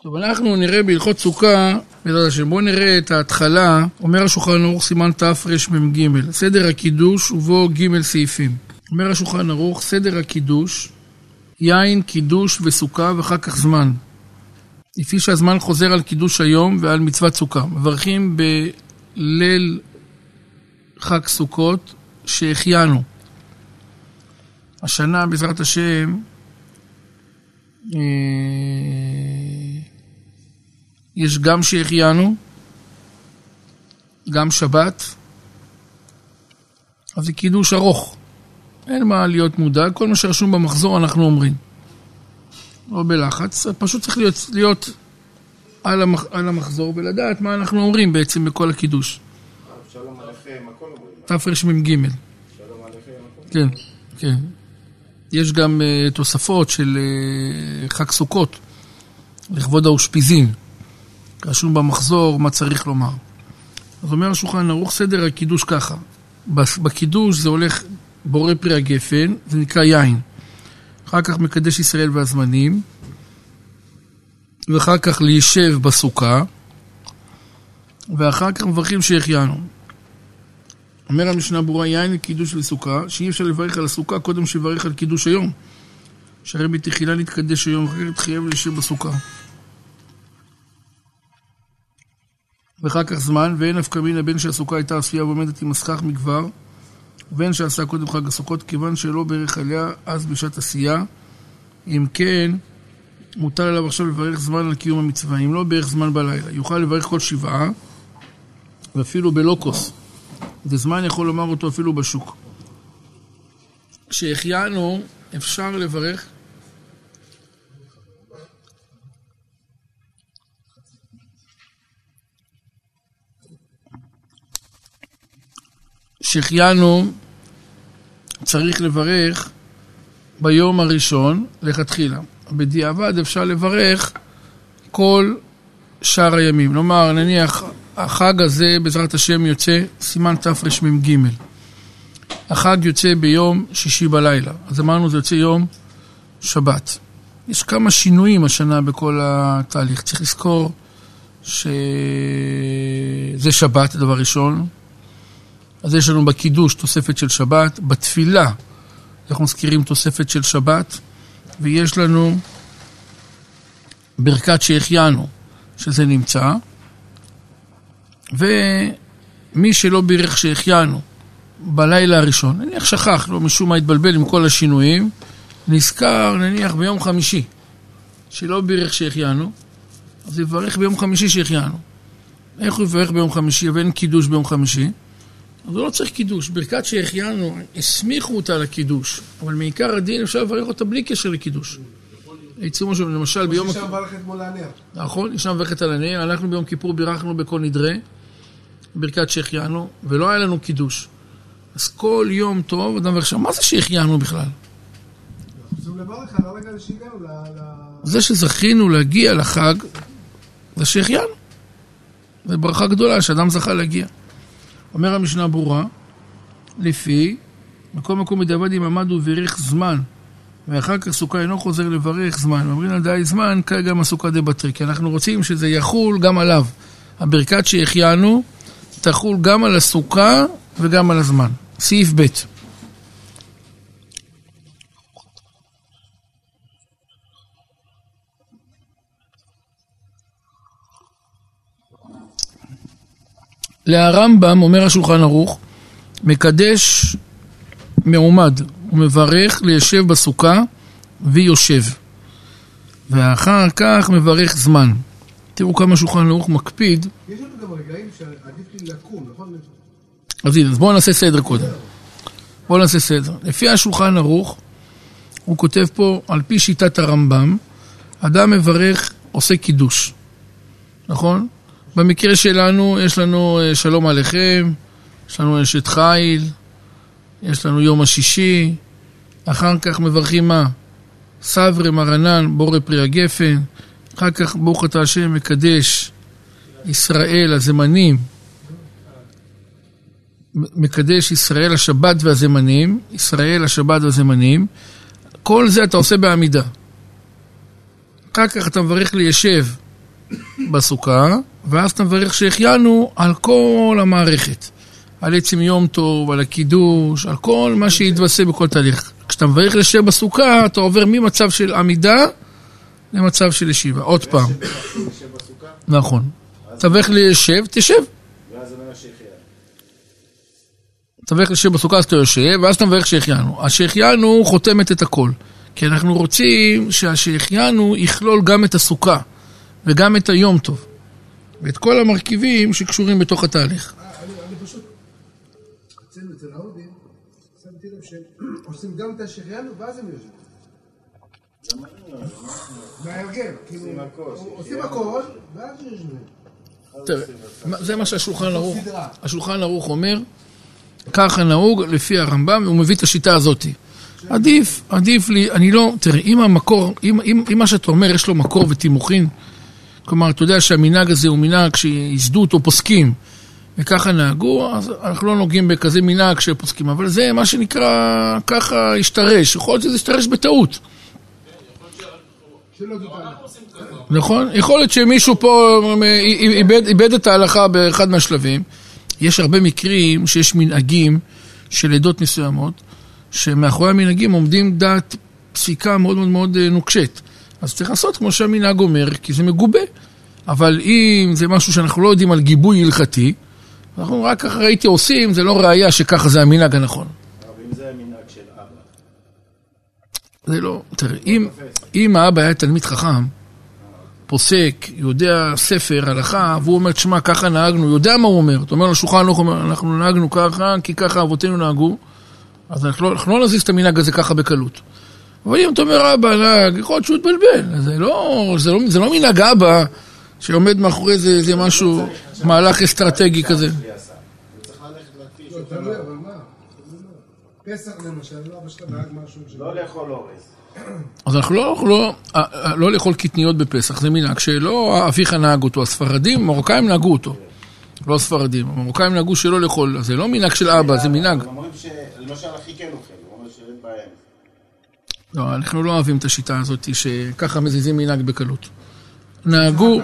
טוב, אנחנו נראה בהלכות סוכה, בעזרת השם, בואו נראה את ההתחלה, אומר השולחן ערוך סימן תרמ"ג, סדר הקידוש ובו ג' סעיפים. אומר השולחן ערוך, סדר הקידוש, יין, קידוש וסוכה ואחר כך זמן. לפי שהזמן חוזר על קידוש היום ועל מצוות סוכה. מברכים בליל חג סוכות שהחיינו. השנה בעזרת השם יש גם שהחיינו, גם שבת, אז זה קידוש ארוך. אין מה להיות מודאג, כל מה שרשום במחזור אנחנו אומרים. לא בלחץ, פשוט צריך להיות על המחזור ולדעת מה אנחנו אומרים בעצם בכל הקידוש. שלום עליכם, הכל אומרים. תרמ"ג. שלום עליכם, הכל. כן, כן. יש גם תוספות של חג סוכות, לכבוד האושפיזין. רשום במחזור מה צריך לומר. אז אומר השולחן ערוך סדר הקידוש ככה. בקידוש זה הולך בורא פרי הגפן, זה נקרא יין. אחר כך מקדש ישראל והזמנים, ואחר כך להישב בסוכה, ואחר כך מברכים שהחיינו. אומר המשנה ברורה, יין לקידוש וסוכה, שאי אפשר לברך על הסוכה קודם שברך על קידוש היום. שהרי בתחילה נתקדש היום, אחרת חייב להישב בסוכה. ואחר כך זמן, ואין נפקא מינה בין שהסוכה הייתה עשויה ועומדת עם הסכך מכבר, ובין שעשה קודם חג הסוכות, כיוון שלא ברך עליה אז בשעת עשייה. אם כן, מותר עליו עכשיו לברך זמן על קיום המצווה. אם לא, ברך זמן בלילה. יוכל לברך כל שבעה, ואפילו בלוקוס. זה זמן יכול לומר אותו אפילו בשוק. כשהחיינו, אפשר לברך שהחיינו צריך לברך ביום הראשון לכתחילה. בדיעבד אפשר לברך כל שאר הימים. נאמר, נניח, החג הזה בעזרת השם יוצא סימן תרמ"ג. החג יוצא ביום שישי בלילה. אז אמרנו זה יוצא יום שבת. יש כמה שינויים השנה בכל התהליך. צריך לזכור שזה שבת, דבר ראשון. אז יש לנו בקידוש תוספת של שבת, בתפילה אנחנו מזכירים תוספת של שבת, ויש לנו ברכת שהחיינו, שזה נמצא, ומי שלא בירך שהחיינו בלילה הראשון, נניח שכח, לא משום מה התבלבל עם כל השינויים, נזכר נניח ביום חמישי, שלא בירך שהחיינו, אז יברך ביום חמישי שהחיינו. איך הוא יברך ביום חמישי, ואין קידוש ביום חמישי? אז הוא לא צריך קידוש. ברכת שהחיינו, הסמיכו אותה לקידוש, אבל מעיקר הדין אפשר לברך אותה בלי קשר לקידוש. עיצומו שם, למשל ביום... יש שם ברכת מול הנר. נכון, יש שם ברכת על הנר, אנחנו ביום כיפור בירכנו בכל נדרה, ברכת שהחיינו, ולא היה לנו קידוש. אז כל יום טוב, אדם ורשם, מה זה שהחיינו בכלל? חשוב לברך על הרגע שהגענו זה שזכינו להגיע לחג, זה שהחיינו. זה ברכה גדולה שאדם זכה להגיע. אומר המשנה ברורה, לפי, מקום מקום בדיעבד אם עמד וברך זמן, ואחר כך סוכה אינו חוזר לברך זמן. אומרים על די זמן, כאי גם הסוכה די בטרי, כי אנחנו רוצים שזה יחול גם עליו. הברכת שהחיינו תחול גם על הסוכה וגם על הזמן. סעיף ב' להרמב"ם אומר השולחן ערוך, מקדש מעומד ומברך לישב בסוכה ויושב, ואחר כך מברך זמן. תראו כמה שולחן ערוך מקפיד. יש לנו גם רגעים שעדיף לי לקום, נכון? אז הנה, אז בואו נעשה סדר קודם. בואו נעשה סדר. לפי השולחן ערוך, הוא כותב פה, על פי שיטת הרמב"ם, אדם מברך עושה קידוש. נכון? במקרה שלנו, יש לנו שלום עליכם, יש לנו אשת חיל, יש לנו יום השישי, אחר כך מברכים מה? סברה מרנן, בורא פרי הגפן, אחר כך ברוך אתה השם מקדש ישראל הזמנים, מקדש ישראל השבת והזמנים, ישראל השבת והזמנים, כל זה אתה עושה בעמידה. אחר כך אתה מברך לישב בסוכה, ואז אתה מברך שהחיינו על כל המערכת. על עצם יום טוב, על הקידוש, על כל מה שיתווסף בכל תהליך. כשאתה מברך לשב בסוכה, אתה עובר ממצב של עמידה למצב של ישיבה. עוד פעם. נכון. אתה מברך לשב, תשב. ואז אומר שהחיינו. אתה מברך לשב בסוכה, אז אתה יושב, ואז אתה מברך שהחיינו. השהחיינו חותמת את הכל. כי אנחנו רוצים שהשהחיינו יכלול גם את הסוכה, וגם את היום טוב. ואת כל המרכיבים שקשורים בתוך התהליך. אני פשוט, אצל ההודים, שמתי לב שהם עושים גם את השהחיינו, ואז הם יושבים. מההרגל, כאילו, עושים הכל, ואז יושבים. תראה, זה מה השולחן ערוך אומר, ככה נהוג לפי הרמב"ם, הוא מביא את השיטה הזאת. עדיף לי, אני לא, תראה, אם המקור, אם מה שאתה אומר יש לו מקור ותימוכין, כלומר, אתה יודע שהמנהג הזה הוא מנהג שיסדו אותו פוסקים, וככה נהגו, אז אנחנו לא נוגעים בכזה מנהג שפוסקים, אבל זה מה שנקרא, ככה השתרש, יכול להיות שזה השתרש בטעות. נכון? יכול להיות שמישהו פה איבד את ההלכה באחד מהשלבים. יש הרבה מקרים שיש מנהגים של עדות מסוימות, שמאחורי המנהגים עומדים דעת פסיקה מאוד מאוד מאוד נוקשת. אז צריך לעשות כמו שהמנהג אומר, כי זה מגובה. אבל אם זה משהו שאנחנו לא יודעים על גיבוי הלכתי, אנחנו רק ככה ראיתי עושים, זה לא ראייה שככה זה המנהג הנכון. אבל אם זה המנהג של אבא. זה לא, תראה, אם האבא היה תלמיד חכם, פוסק, יודע ספר, הלכה, והוא אומר, תשמע, ככה נהגנו, יודע מה הוא אומר. אתה אומר לשולחן, אנחנו נהגנו ככה, כי ככה אבותינו נהגו, אז אנחנו לא נזיז את המנהג הזה ככה בקלות. אבל אם אתה אומר, אבא נהג, יכול להיות שהוא יתבלבל. זה לא מנהג אבא שעומד מאחורי זה משהו, מהלך אסטרטגי כזה. פסח למשל, אבא שלך נהג משהו לא לאכול אורז. אז אנחנו לא לאכול קטניות בפסח, זה מנהג שלא אביך נהג אותו, הספרדים, המרוקאים נהגו אותו. לא הספרדים, המרוקאים נהגו שלא לאכול, אז זה לא מנהג של אבא, זה מנהג. הם אומרים שלמשל אחי כן אוכל, הוא אומר שאין בעיה. לא, אנחנו לא אוהבים את השיטה הזאת שככה מזיזים מנהג בקלות. נהגו...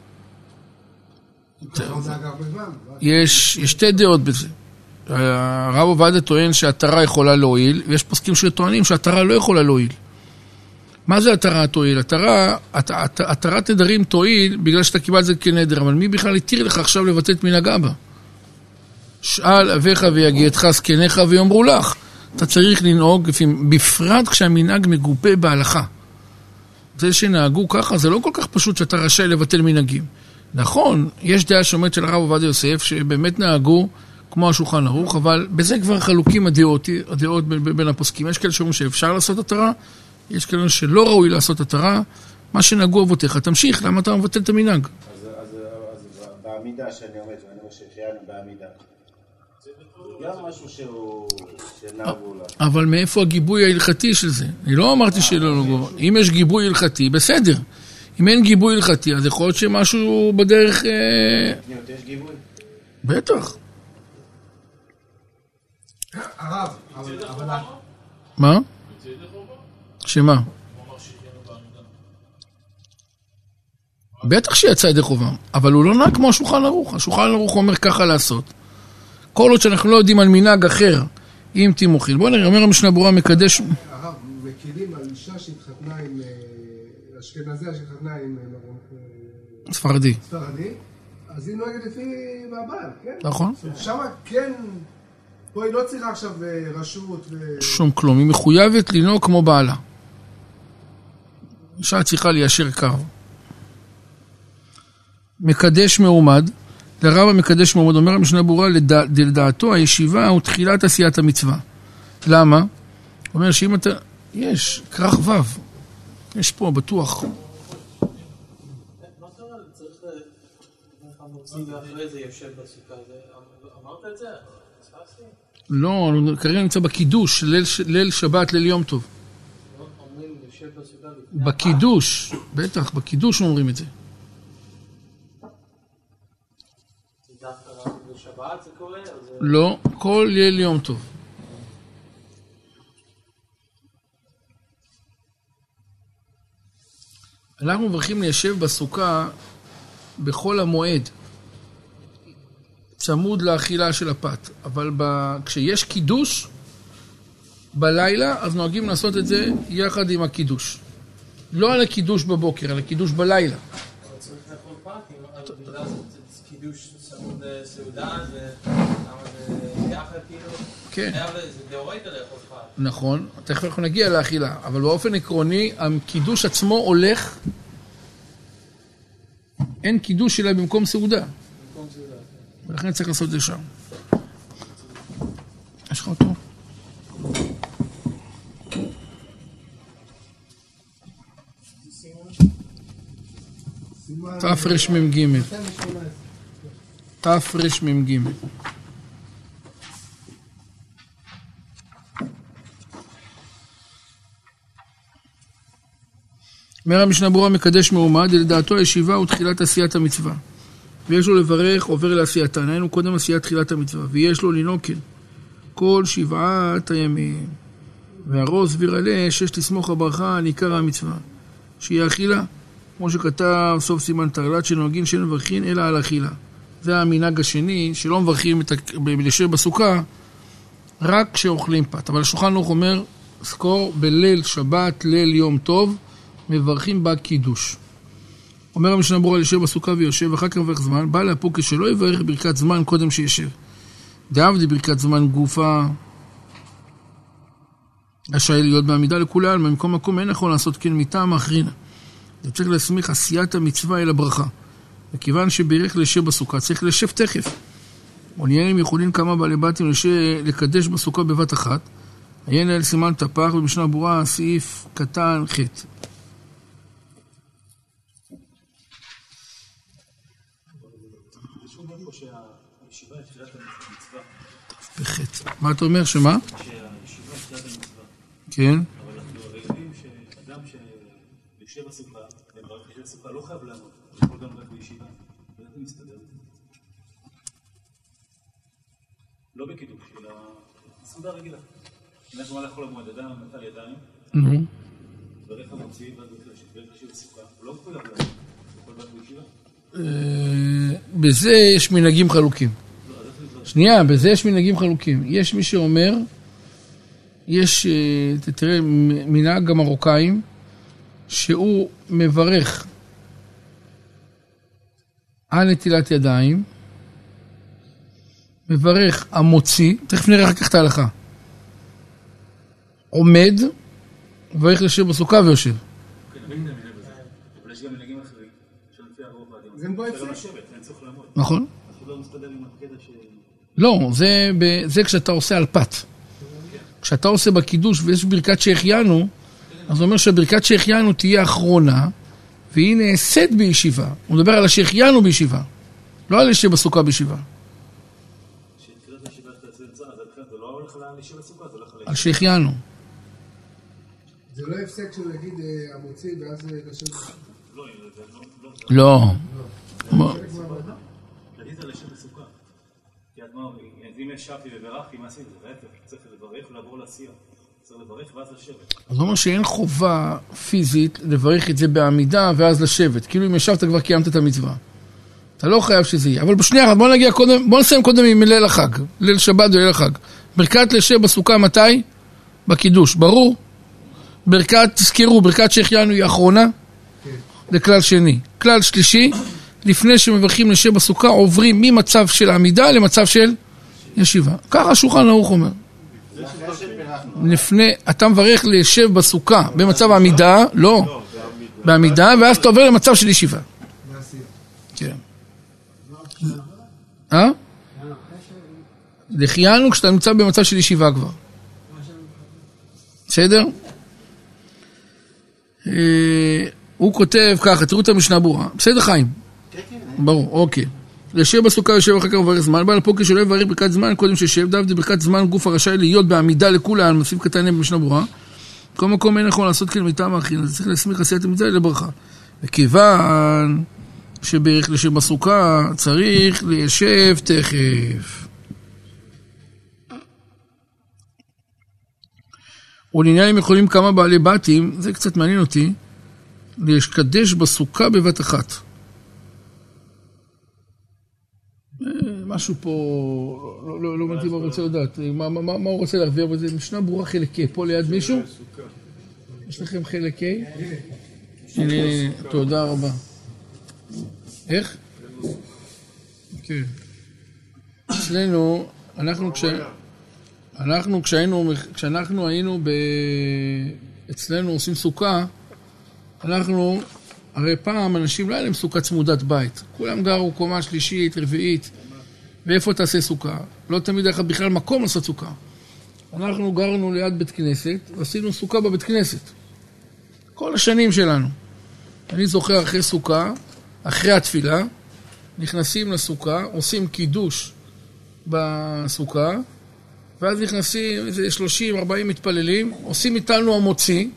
יש שתי דעות בזה. הרב עובדיה טוען שהתרה יכולה להועיל, ויש פוסקים שטוענים שהתרה לא יכולה להועיל. מה זה התרה תועיל? התרת נדרים תועיל בגלל שאתה קיבל את זה כנדר, אבל מי בכלל התיר לך עכשיו לבטא את מנהג אבא? שאל אביך ויגידך זקניך ויאמרו לך. אתה צריך לנהוג, בפרט כשהמנהג מגובה בהלכה. זה שנהגו ככה, זה לא כל כך פשוט שאתה רשאי לבטל מנהגים. נכון, יש דעה שאומרת של הרב עובדיה יוסף, שבאמת נהגו כמו השולחן ערוך, אבל בזה כבר חלוקים הדעות בין הפוסקים. יש כאלה שאומרים שאפשר לעשות התרה, יש כאלה שלא ראוי לעשות התרה, מה שנהגו אבותיך, תמשיך, למה אתה מבטל את המנהג? אז בעמידה שאני עומד, ואני אומר שהחיינו בעמידה. גם משהו שנהגו לה. אבל מאיפה הגיבוי ההלכתי של זה? אני לא אמרתי שלא נגעו. אם יש גיבוי הלכתי, בסדר. אם אין גיבוי הלכתי, אז יכול להיות שמשהו בדרך... יש גיבוי? בטח. הרב, אבל... מה? שמה? בטח שיצא ידי חובה, אבל הוא לא נהג כמו השולחן ערוך. השולחן ערוך אומר ככה לעשות. כל עוד שאנחנו לא יודעים על מנהג אחר, אם תימוכיל. בוא נראה, אומר המשנה ברורה מקדש... הרב, מקילים על אישה שהתחתנה עם... אשכנזיה שהתחתנה עם... ספרדי. אז היא נוהגת לפי הבעל, כן? נכון. שמה כן... פה היא לא צריכה עכשיו רשות שום כלום, היא מחויבת לנהוג כמו בעלה. אישה צריכה ליישר קו. מקדש מעומד, לרב המקדש מעומד, אומר המשנה ברורה, לדעתו הישיבה הוא תחילת עשיית המצווה. למה? אומר שאם אתה... יש, כרך וו. יש פה, בטוח. מה קרה? צריך... ואחרי זה יושב בסוכה. אמרת את זה? לא, כרגע נמצא בקידוש, ליל שבת, ליל יום טוב. אומרים יושב בסוכה? בקידוש, בטח, בקידוש אומרים את זה. דווקא בשבת זה קורה? לא, כל ליל יום טוב. אנחנו מברכים ליישב בסוכה בכל המועד, צמוד לאכילה של הפת, אבל כשיש קידוש בלילה, אז נוהגים לעשות את זה יחד עם הקידוש. לא על הקידוש בבוקר, על הקידוש בלילה. צריך לאכול פת, בגלל זה קידוש צמוד לסעודה, זה יחד כאילו, כן. זה דאורייתא לאכול פת. נכון, תכף אנחנו נגיע לאכילה, אבל באופן עקרוני, הקידוש עצמו הולך, אין קידוש אלא במקום סעודה. במקום סעודה. ולכן צריך לעשות את זה שם. יש לך אותו? תרמ"ג. תרמ"ג. אומר המשנה ברורה מקדש מעומד, לדעתו הישיבה ותחילת עשיית המצווה. ויש לו לברך עובר לעשייתה, היינו קודם עשיית תחילת המצווה, ויש לו לנהוג כן כל 7 הימים. והרוז וירלה שיש תסמוך הברכה על עיקר המצווה, שהיא האכילה, כמו שכתב סוף סימן תרל"ט, שנוהגין שאין מברכין אלא על האכילה. זה המנהג השני, שלא מברכים לשב בסוכה רק כשאוכלים פת. אבל השולחן ערוך אומר, זכור בליל שבת, ליל יום טוב, מברכים בה קידוש. אומר המשנה ברורה לשב בסוכה ויושב, ואחר כך מברך זמן, בא להפוק שלא יברך ברכת זמן קודם שישב. דעבדי ברכת זמן גופה, רשאי להיות בעמידה לכולם, במקום מקום אין נכון לעשות כן מטעם האחרינה. זה צריך להסמיך עשיית המצווה אל הברכה. וכיוון שברך לשב בסוכה, צריך לשב תכף. עניינים יכולים כמה בעלי בתים לקדש בסוכה בבת אחת. עיין אל סימן תפח במשנה ברורה, סעיף קטן ח'. בח'. מה אתה אומר? שמה? שהישיבה תחילת המצווה. כן. אבל אנחנו יודעים שאדם שיושב בסוכה, ומברך לשב בסוכה, לא חייב לעמוד. הוא יכול גם רק בישיבה. ואיך הוא מסתדר? לא בקידוש, אלא סעודה רגילה. אנחנו מה לאכול המועד, אדם נטל ידיים, מברך המוציא, ואז מברך לשב בסוכה. הוא לא יכול לעמוד. הוא יכול רק בישיבה. בזה יש מנהגים חלוקים. שנייה, בזה יש מנהגים חלוקים. יש מי שאומר, תראה, מנהג המרוקאים, שהוא מברך על נטילת ידיים, מברך המוציא, תכף נראה אחר כך את ההלכה, עומד, מברך לשב בסוכה ויושב. אבל יש גם מנהגים אחרים, שלפי הרוב זה מבוא זה לא לשבת, אין צריך לעמוד. נכון? אנחנו לא מסתדר עם הקטע ש... לא, זה כשאתה עושה על פת. כשאתה עושה בקידוש ויש ברכת שהחיינו, אז הוא אומר שברכת שהחיינו תהיה האחרונה, והיא נעשית בישיבה. הוא מדבר על שהחיינו בישיבה, לא על לשב בסוכה בישיבה. כשתחילת הישיבה שאתה יוצא לצד, אז זה לא הולך לשב בסוכה, זה הולך על שהחיינו. זה לא הפסק של נגיד המוציא ואז לשב בסוכה. לא. תגיד זה לשב בסוכה. כי את אמר, אם ישבתי וברכתי, מה עשיתי? זה להפך, צריך לברך ולעבור לעשייה. צריך לברך ואז לשבת. אז הוא אומר שאין חובה פיזית לברך את זה בעמידה ואז לשבת. כאילו אם ישבת כבר קיימת את המצווה. אתה לא חייב שזה יהיה. אבל בשנייה, בוא נסיים קודם עם ליל החג. ליל שבת וליל החג. ברכת לשב בסוכה מתי? בקידוש. ברור? תזכרו, ברכת שהחיינו היא האחרונה. זה כלל שני. כלל שלישי, לפני שמברכים לשב בסוכה, עוברים ממצב של עמידה למצב של ישיבה. ככה השולחן ערוך אומר. לפני, אתה מברך לשב בסוכה במצב העמידה, לא, בעמידה, ואז אתה עובר למצב של ישיבה. כן. לחיינו כשאתה נמצא במצב של ישיבה כבר. בסדר? הוא כותב ככה, תראו את המשנה ברורה. בסדר חיים? ברור, אוקיי. לשב בסוכה יושב אחר כך מברך זמן, בא לפוקר שלא יברך ברכת זמן, קודם שישב דווקא ברכת זמן גוף הרשאי להיות בעמידה לכולם, מוסיף קטן במשנה ברורה. כל מקום אין נכון לעשות כן מטעם האחרים, אז צריך להסמיך עשיית המצווה לברכה. וכיוון שברך לשב בסוכה, צריך ליישב תכף. ולעניין יכולים כמה בעלי בתים, זה קצת מעניין אותי, לקדש בסוכה בבת אחת. משהו פה, לא הבנתי מה הוא רוצה לדעת. מה הוא רוצה להרוויח בזה? משנה ברורה חלק A. פה ליד מישהו? יש לכם חלק A? הנה, תודה רבה. איך? כן. אצלנו, כשאנחנו היינו אצלנו עושים סוכה, אנחנו, הרי פעם אנשים לא היה להם סוכה צמודת בית. כולם גרו קומה שלישית, רביעית. ואיפה תעשה סוכה? לא תמיד היה בכלל מקום לעשות סוכה. אנחנו גרנו ליד בית כנסת, ועשינו סוכה בבית כנסת. כל השנים שלנו. אני זוכר אחרי סוכה, אחרי התפילה, נכנסים לסוכה, עושים קידוש בסוכה, ואז נכנסים איזה 30-40 מתפללים, עושים איתנו המוציא,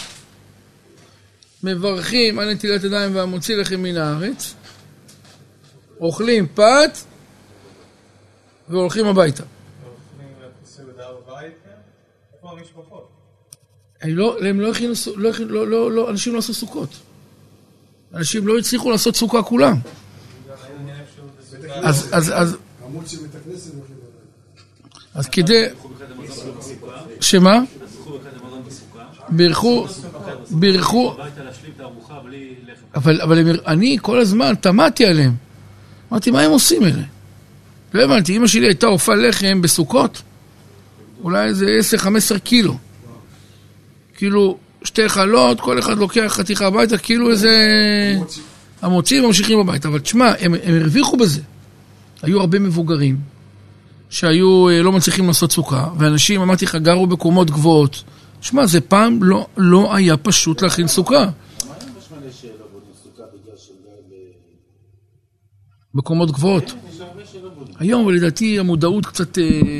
מברכים על נטילת ידיים והמוציא לכם מן הארץ, אוכלים פת, והולכים הביתה. אוכלים סעודה בבית, כן? איפה המשפחות? הם לא הכינו, אנשים לא עשו סוכות. אנשים לא הצליחו לעשות סוכה כולם. אז כדי... שמה? בירכו... אבל אני כל הזמן תמדתי עליהם. אמרתי, מה הם עושים אלה? לא הבנתי, אמא שלי הייתה אופה לחם בסוכות, אולי איזה 10-15 קילו. כאילו, שתי חלות, כל אחד לוקח חתיכה הביתה, כאילו איזה... המוצאים ממשיכים בבית. אבל תשמע, הם הרוויחו בזה. היו הרבה מבוגרים, שהיו לא מצליחים לעשות סוכה, ואנשים, אמרתי לך, גרו בקומות גבוהות. תשמע, זה פעם לא היה פשוט להכין סוכה. בקומות גבוהות. היום, ולדעתי, המודעות קצת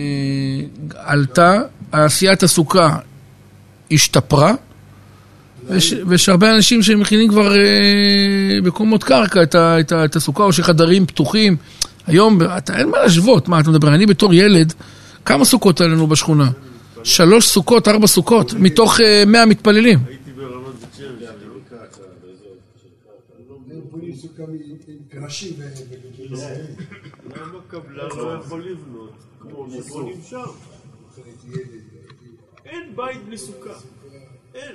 עלתה, עשיית הסוכה השתפרה, ויש הרבה אנשים שמכינים כבר בקומות קרקע את הסוכה, או שחדרים פתוחים. היום, אין מה להשוות, מה אתה מדבר? אני בתור ילד, כמה סוכות עלינו בשכונה? 3 סוכות, 4 סוכות, מתוך 100 מתפללים. הייתי ברמת בית שמש. הם בונים סוכה עם קרשים למה קבלן לא יכול לבנות כמו שבונים שם? אין בית בלי סוכה. אין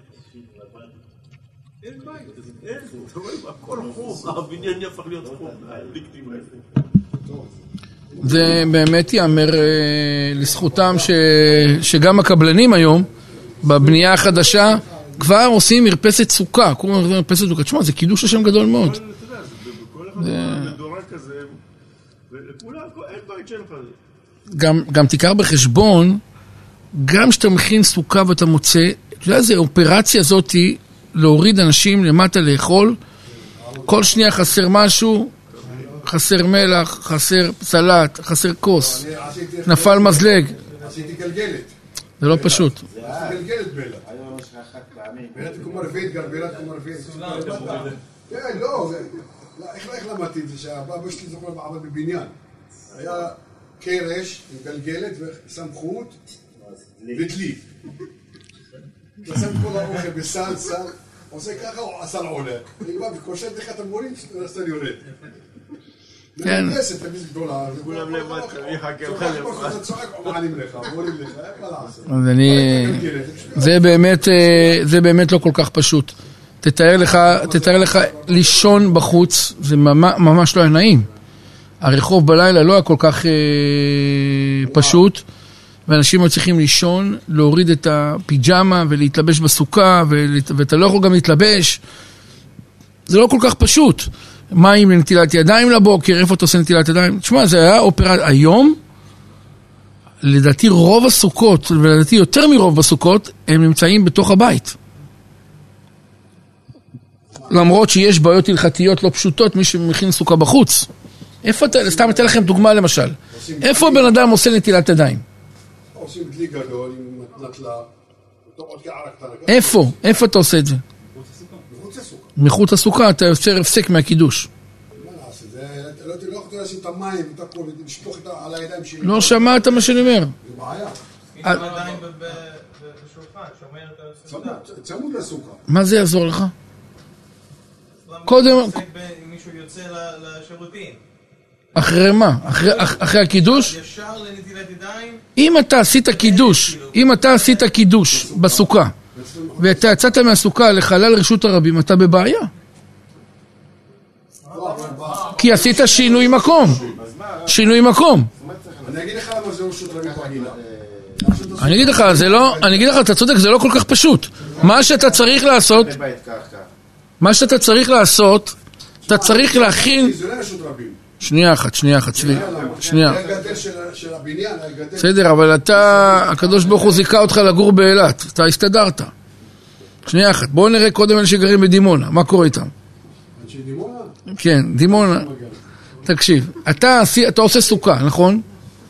בית, אין. אתה רואה, הכל חום, הבניין יהפך להיות חום. זה באמת יאמר לזכותם שגם הקבלנים היום, בבנייה החדשה, כבר עושים מרפסת סוכה. קוראים מרפסת סוכה. תשמע, זה קידוש השם גדול מאוד. אתה יודע, בכל אחד מדורה כזה, וכולם, אין בית שאין לך. גם תיקח בחשבון, גם שאתה מכין סוכה ואתה מוצא, אתה יודע, זה אופרציה הזאת להוריד אנשים למטה לאכול, כל שנייה חסר משהו, חסר מלח, חסר סלט, חסר כוס, נפל מזלג. עשיתי גלגלת. זה לא פשוט. גלגלת בלה. בלת קומה רביעית, גלגלת קומה רביעית. כן, לא, איך למדתי את זה? שהבא שלי זוכר בעבד בבניין. היה קרש עם גלגלת וסמכות ודלי. אתה שם כל האוכל בסל, עושה ככה, הסל עולה. אני בא וקושט לך את המורים, הסל יורד. כן. כולם למטה, יחכה לך למטה. אתה צועק, מעלים לך, מורים לך, מה לעשות? אז זה באמת לא כל כך פשוט. תתאר לך לישון בחוץ, זה ממש לא היה נעים. הרחוב בלילה לא היה כל כך פשוט, ואנשים היו צריכים לישון, להוריד את הפיג'מה ולהתלבש בסוכה, ואתה לא יכול גם להתלבש. זה לא כל כך פשוט. מים לנטילת ידיים לבוקר, איפה אתה עושה נטילת ידיים? תשמע, זה היה אופרציה. היום, לדעתי רוב הסוכות, ולדעתי יותר מרוב בסוכות, הם נמצאים בתוך הבית. למרות שיש בעיות הלכתיות לא פשוטות, מי שמכין סוכה בחוץ. איפה אתה, סתם אתן לכם דוגמה למשל. איפה בן אדם עושה נטילת ידיים? עושים דלי גדול עם נטלה, עוד קערה קטנה. איפה אתה עושה את זה? מחוץ לסוכה. מחוץ לסוכה אתה יוצר הפסק מהקידוש. מה לעשות? לא יכולתי לשים את המים, את הכל, לשפוך על הידיים שלי. לא שמעת מה שאני אומר. זה בעיה. אם אתה עדיין בשולחן, שומר את הסעודה. צמוד לסוכה. מה זה יעזור לך? קודם... אם מישהו יוצא לשירותים. אחרי מה? אחרי הקידוש? ישר לנטילת ידיים? אם אתה עשית קידוש בסוכה, ואתה יצאת מהסוכה לחלל רשות הרבים, אתה בבעיה. כי עשית שינוי מקום. שינוי מקום. אני אגיד לך למה זה רשות רבים רגילה. אני אגיד לך, אתה צודק, זה לא כל כך פשוט. מה שאתה צריך לעשות, אתה צריך להכין... זה לא רשות רבים. שנייה אחת, צבי. שנייה. הגדר של הבניין, הגדר... בסדר, אבל הקדוש ברוך הוא זיכה אותך לגור באילת. אתה הסתדרת. שנייה אחת. בואו נראה קודם אלה שגרים בדימונה. מה קורה איתם? אנשי דימונה? כן, דימונה. תקשיב, אתה עושה סוכה, נכון?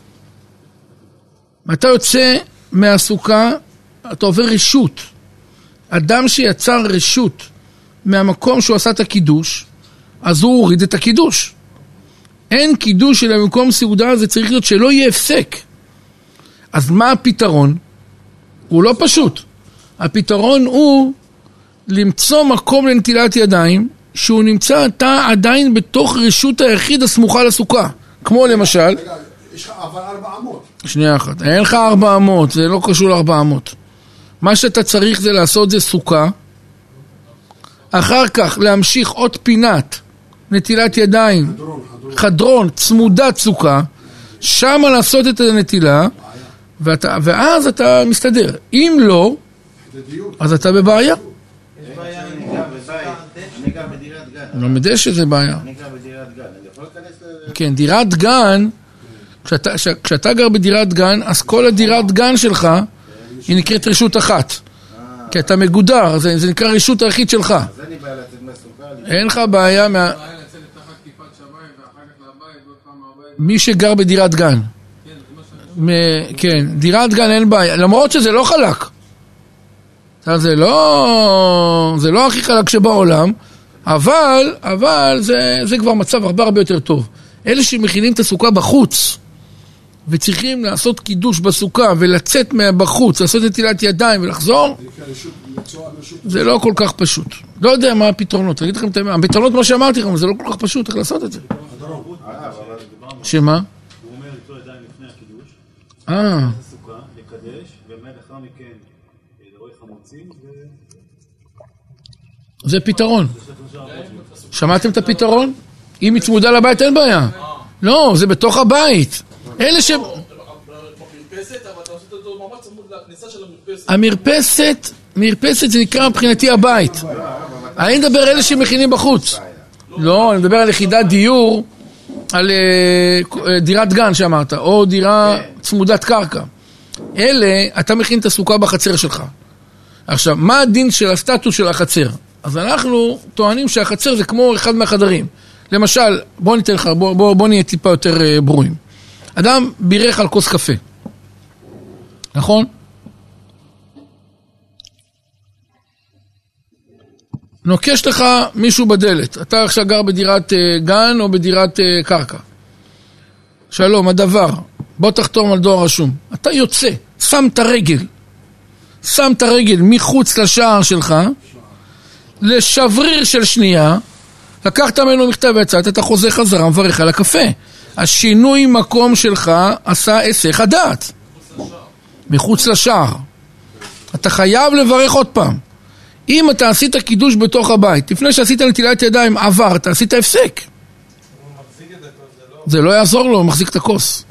אתה יוצא מהסוכה, אתה עובר רשות. אדם שיצר רשות מהמקום שהוא עשה את הקידוש, אז הוא הוריד את הקידוש. אין קידוש אלא במקום סעודה, זה צריך להיות שלא יהיה הפסק. אז מה הפתרון? הוא לא פשוט. הפתרון הוא למצוא מקום לנטילת ידיים, שהוא נמצא אתה עדיין בתוך רשות היחיד הסמוכה לסוכה. כמו למשל... רגע, יש לך אבל 400. שנייה אחת. אין לך 400, זה לא קשור ל400. מה שאתה צריך זה לעשות זה סוכה. אחר כך להמשיך עוד פינת נטילת ידיים. חדרון, צמודת סוכה. שם לעשות את הנטילה. ואז אתה מסתדר. אם לא, אז אתה בבעיה. יש בעיה עם... אני גר בדירת גן. אני לא יודע שזה בעיה. אני גר בדירת גן. אני יכול להיכנס כן, דירת גן, כשאתה גר בדירת גן, אז כל הדירת גן שלך היא נקראת רשות אחת. כי אתה מגודר, זה נקרא רשות היחיד שלך. אז אין לי בעיה לצאת מהסוכה. אין לך בעיה מי שגר בדירת גן. כן, דירת גן אין בעיה. למרות שזה לא חלק. זה לא הכי חלק שבעולם, אבל זה כבר מצב הרבה יותר טוב. אלה שמכינים את הסוכה בחוץ, וצריכים לעשות קידוש בסוכה, ולצאת בחוץ, לעשות נטילת ידיים ולחזור, זה לא כל כך פשוט. לא יודע מה הפתרונות. אני אגיד לכם, הפתרונות מה שאמרתי לכם, זה לא כל כך פשוט, איך לעשות את זה. שמה? הוא אומר איתו ידיים לפני הקידוש, הסוכה, לקדש, ומיד אחר מכן לרואי חמוצים, זה פתרון. שמעתם את הפתרון? אם היא צמודה לבית אין בעיה. לא, זה בתוך הבית. אלה ש... מרפסת, אבל אתה עושה אותו ממש צמוד לכניסה של המרפסת. מרפסת זה נקרא מבחינתי הבית. אני מדבר אלה שמכינים בחוץ. לא, אני מדבר על יחידת דיור, על דירת גן שאמרת, או דירה צמודת קרקע. אלה, אתה מכין את הסוכה בחצר שלך. עכשיו, מה הדין של הסטטוס של החצר? אז אנחנו טוענים שהחצר זה כמו אחד מהחדרים. למשל, בוא ניתן לך, בוא נהיה טיפה יותר ברורים. אדם בירך על כוס קפה. נכון? נוקש לך מישהו בדלת. אתה עכשיו גר בדירת גן או בדירת קרקע. שלום, הדבר. בוא תחתום על דואר רשום. אתה יוצא, שם את הרגל מחוץ לשער שלך, לשבריר של שנייה, לקחת ממנו מכתב ויצאת, אתה חוזר חזרה, מברך על הקפה. השינוי מקום שלך עשה היסח הדעת. מחוץ לשער. אתה חייב לברך עוד פעם. אם אתה עשית קידוש בתוך הבית, לפני שעשית נטילת ידיים עברת, עשית הפסק. זה לא יעזור לו, הוא מחזיק את הכוס.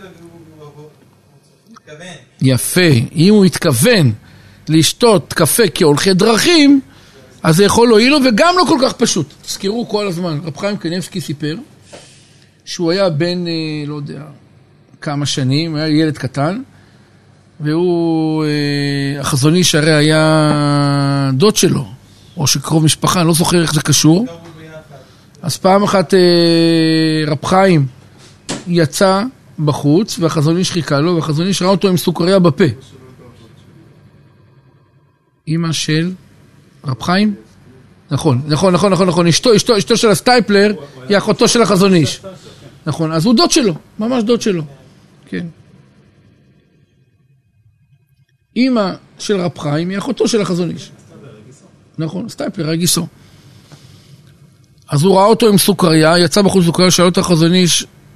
יפה. אם הוא התכוון לשתות קפה כהולכי דרכים, אז זה יכול להועיל לו, וגם לא כל כך פשוט. תזכרו כל הזמן, רב חיים קניבסקי סיפר, שהוא היה בן, לא יודע, כמה שנים, היה ילד קטן, והוא, החזון איש הרי היה דוד שלו, או שקרוב משפחה, אני לא זוכר איך זה קשור. אז פעם אחת רב חיים יצא בחוץ, והחזון איש חיכה לו, והחזון איש ראה אותו עם סוכריה בפה. אמא של רב חיים? נכון. אשתו של הסטייפלר היא אחותו של החזון איש. נכון, אז הוא דוד שלו, ממש דוד שלו. כן. אמא של רב חיים היא אחותו של החזון איש. נכון, סטייפלר, רגיסו. אז הוא ראה אותו עם סוכריה, יצא בחוץ סוכריה, שאל אותו החזון איש,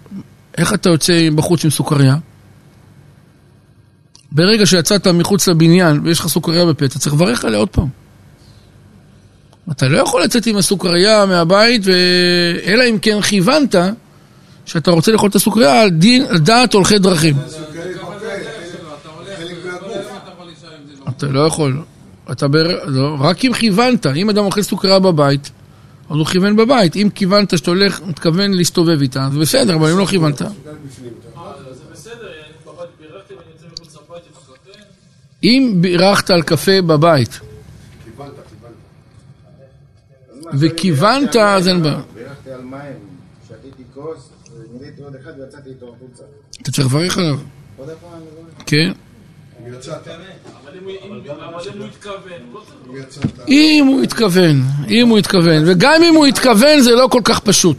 איך אתה יוצא בחוץ עם סוכריה? ברגע שיצאת מחוץ לבניין ויש לך סוכריה בפה, אתה צריך לברך עליה עוד פעם. אתה לא יכול לצאת עם הסוכריה מהבית, אלא אם כן כיוונת שאתה רוצה לאכול את הסוכריה על דעת הולכי דרכים. אתה לא יכול. רק אם כיוונת, אם אדם אוכל סוכריה בבית, אז הוא כיוון בבית. אם כיוונת שאתה הולך, מתכוון להסתובב איתה, זה בסדר, אבל אם לא כיוונת. זה בסדר, בבית בירכתי ואני יוצא מחוץ לבית עם הקפה. אם בירכת על קפה בבית, וכיוונת, אז אין בעיה. בירכתי על מים, שתיתי כוס, מילאתי עוד אחד ויצאתי איתו החוצה. אתה צריך לברך עליו. עוד פעם אני רואה. כן. אבל אם הוא התכוון, אם הוא התכוון, וגם אם הוא התכוון זה לא כל כך פשוט.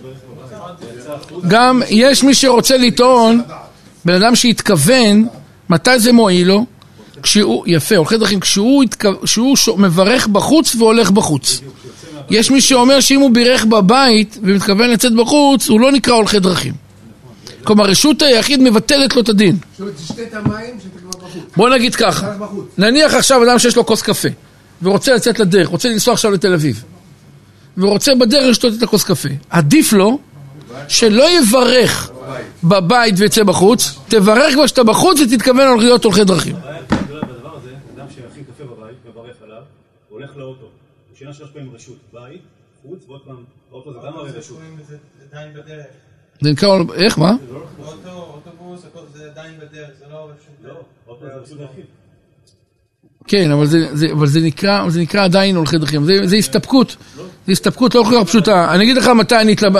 גם יש מי שרוצה לטעון, בן אדם שהתכוון, מתי זה מועיל לו? יפה, הולכי דרכים, כשהוא מברך בחוץ והולך בחוץ. יש מי שאומר שאם הוא בירך בבית ומתכוון לצאת בחוץ, הוא לא נקרא הולכי דרכים. כלומר, רשות היחיד מבטלת לו את הדין. תשתה את המים שאתה כבר בחוץ. בוא נגיד ככה, נניח עכשיו אדם שיש לו כוס קפה, ורוצה לצאת לדרך, רוצה לנסוע עכשיו לתל אביב, ורוצה בדרך לשתות את הכוס קפה. עדיף לו שלא יברך בבית ויצא בחוץ, תברך כבר שאתה בחוץ ותתכוון על להיות הולכי דרכים. בדבר הזה, אדם שהכין קפה בבית, מברך עליו, הוא הולך לאוטו. הוא שינה 3 פעמים רשות, בית, חוץ, ועוד פעם, האוטו זה גם הרי רשות. זה עדיין בדרך. זה נקרא, איך, מה? אוטובוס, זה עדיין בדרך, זה לא רשות. לא, אוטו זה רשות להכין. כן, אבל זה נקרא עדיין הולכי דרכים. זה הסתפקות. זה הסתפקות לא כל כך פשוטה. אני אגיד לך מתי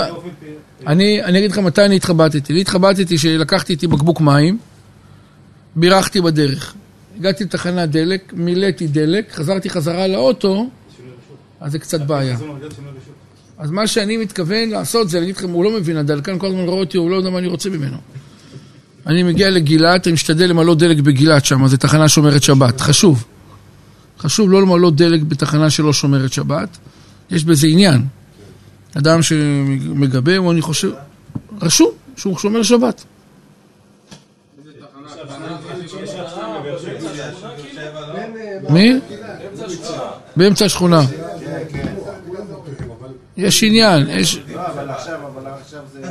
אני התחבטתי. התחבטתי שלקחתי איתי בקבוק מים, בירכתי בדרך. הגעתי לתחנת דלק, מילאתי דלק, חזרתי חזרה לאוטו, אז זה קצת בעיה. אז מה שאני מתכוון לעשות זה, להגיד לכם, הוא לא מבין, הדלקן כל הזמן רואה אותי, הוא לא יודע מה אני רוצה ממנו. אני מגיע לגילת, אני משתדל למלא דלק בגילת שם, אז זה תחנה שומרת שבת. חשוב. חשוב לא למלא דלק בתחנה שלא שומרת שבת. יש בזה עניין. אדם שמגבה, או אני חושב, רשום שהוא שומר שבת. מי? באמצע השכונה. יש עניין. אבל עכשיו זה...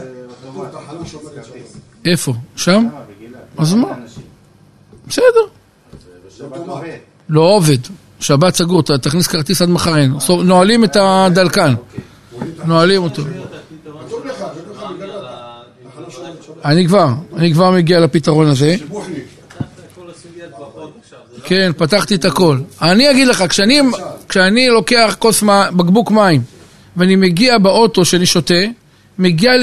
איפה? שם? אז מה? בסדר. לא עובד. שבת סגור, תכניס כרטיס עד מחרן. נועלים את הדלקן. נועלים אותו. אני כבר מגיע לפתרון הזה. כן, פתחתי את הכל. אני אגיד לך, כשאני לוקח כוס בקבוק מים, ואני מגיע באוטו שאני שותה, מגיע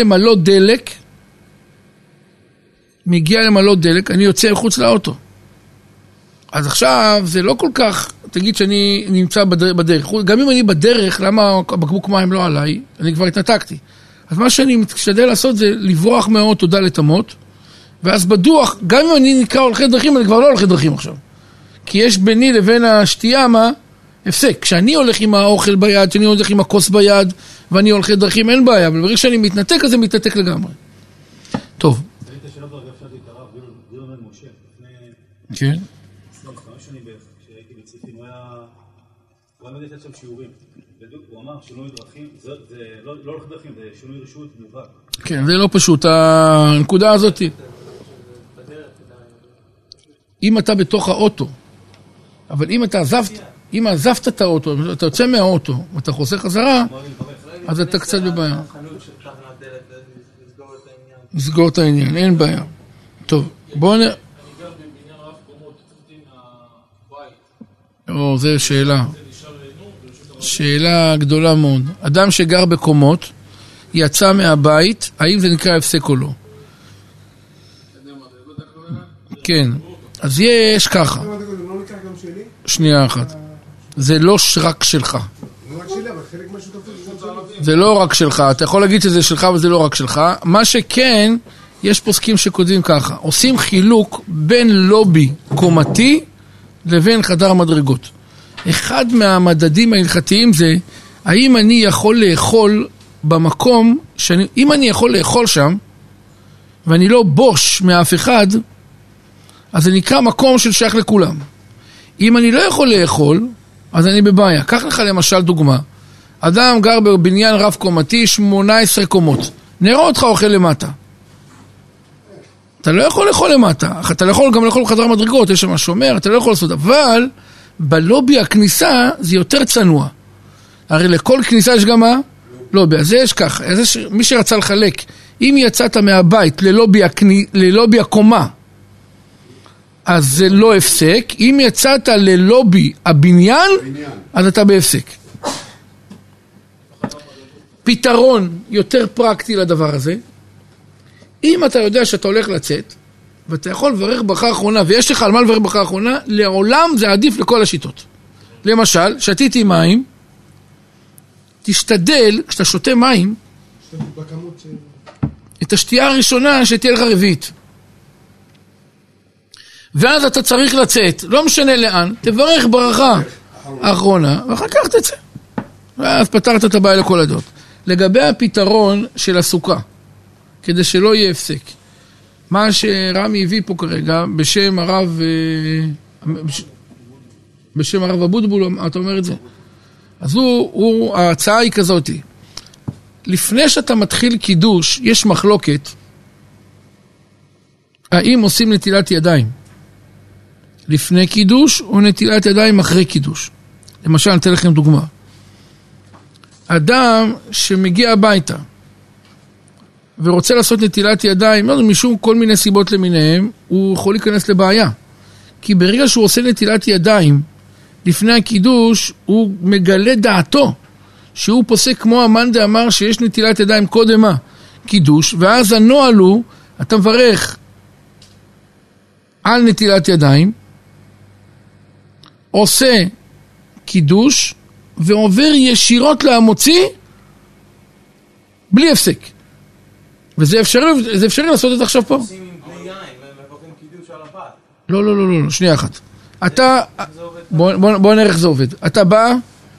למלא דלק, אני יוצא מחוץ לאוטו. אז עכשיו זה לא כל כך, תגיד שאני נמצא בדרך. גם אם אני בדרך, למה הבקבוק מים לא עליי? אני כבר התנתקתי. אז מה שאני משתדל לעשות זה לברוח מהאוטו דלת אמות, ואז בדוח, גם אם אני נקרא הולכי דרכים, אני כבר לא הולכי דרכים עכשיו. כי יש ביני לבין השתייה מה? הפסק. כשאני הולך עם האוכל ביד, כשאני הולך עם הכוס ביד, ואני הולכי דרכים, אין בעיה. אבל ברגע שאני מתנתק, אז זה מתנתק לגמרי. טוב. כן. כשהייתי בצריפים, הוא היה מדעת שם שיעורים. הוא אמר שינוי דרכים, זה לא הולך דרכים, זה שינוי רשות מובהק. כן, זה לא פשוט. הנקודה הזאת, אם אתה בתוך האוטו, אבל אם עזבת את האוטו, אתה יוצא מהאוטו, ואתה חוזר חזרה, אז אתה קצת בבעיה. נסגור את העניין, אין בעיה. טוב, בואו נראה. זה שאלה. שאלה גדולה מאוד. אדם שגר בקומות, יצא מהבית, האם זה נקרא הפסק או לא? כן. אז יש ככה. שנייה אחת. זה לא רק שלך. זה לא רק שלך. אתה יכול להגיד שזה שלך, אבל זה לא רק שלך. מה שכן, יש פוסקים שכותבים ככה. עושים חילוק בין לובי קומתי לבין חדר מדרגות. אחד מהמדדים ההלכתיים זה, האם אני יכול לאכול במקום, אם אני יכול לאכול שם, ואני לא בוש מאף אחד, אז זה נקרא מקום של שייך לכולם. אם אני לא יכול לאכול, אז אני בבעיה. קח לך למשל דוגמה. אדם גר בבניין רב קומתי, 18 קומות. נראה אותך אוכל למטה. אתה לא יכול לאכול למטה. אתה לא יכול גם לאכול בחדר מדרגות, יש שם שומר, אתה לא יכול לעשות. אבל בלובי הכניסה זה יותר צנוע. הרי לכל כניסה יש גם מה? לובי. אז יש כך. מי שרצה לחלק, אם יצאת מהבית ללובי הקומה, אז זה לא הפסק. אם יצאת ללובי הבניין, אז אתה בהפסק. פתרון יותר פרקטי לדבר הזה, אם אתה יודע שאתה הולך לצאת, ואתה יכול לברך ברכה האחרונה, ויש לך על מה לברך ברכה האחרונה, לעולם זה עדיף לכל השיטות. למשל, שתיתי מים, תשתדל, כשאתה שותה מים, את השתייה הראשונה שתהיה לך רביעית. ואז אתה צריך לצאת, לא משנה לאן, תברך ברכה האחרונה, ואחר כך תצא. ואז פתרת את הבעיה לכל הדעות. לגבי הפתרון של הסוכה, כדי שלא יהיה הפסק, מה שרמי הביא פה כרגע, בשם הרב אבוטבול, אתה אומר את זה? אז ההצעה היא כזאת, לפני שאתה מתחיל קידוש, יש מחלוקת, האם עושים נטילת ידיים לפני קידוש, או נטילת ידיים אחרי קידוש. למשל, אני אתן לכם דוגמה. אדם שמגיע הביתה, ורוצה לעשות נטילת ידיים, לא, משום כל מיני סיבות למיניהם, הוא יכול להיכנס לבעיה. כי ברגע שהוא עושה נטילת ידיים, לפני הקידוש, הוא מגלה דעתו, שהוא פוסק כמו המאן דאמר שיש נטילת ידיים קודם מה? קידוש, ואז הנוהל הוא, אתה מברך על נטילת ידיים, עושה קידוש, ועובר ישירות להמוציא, בלי הפסק. וזה אפשרי לעשות את זה עכשיו פה. עושים עם בני יין, ומברכים קידוש על הבת. לא, שנייה אחת. אתה, בוא נראה איך זה עובד. אתה בא,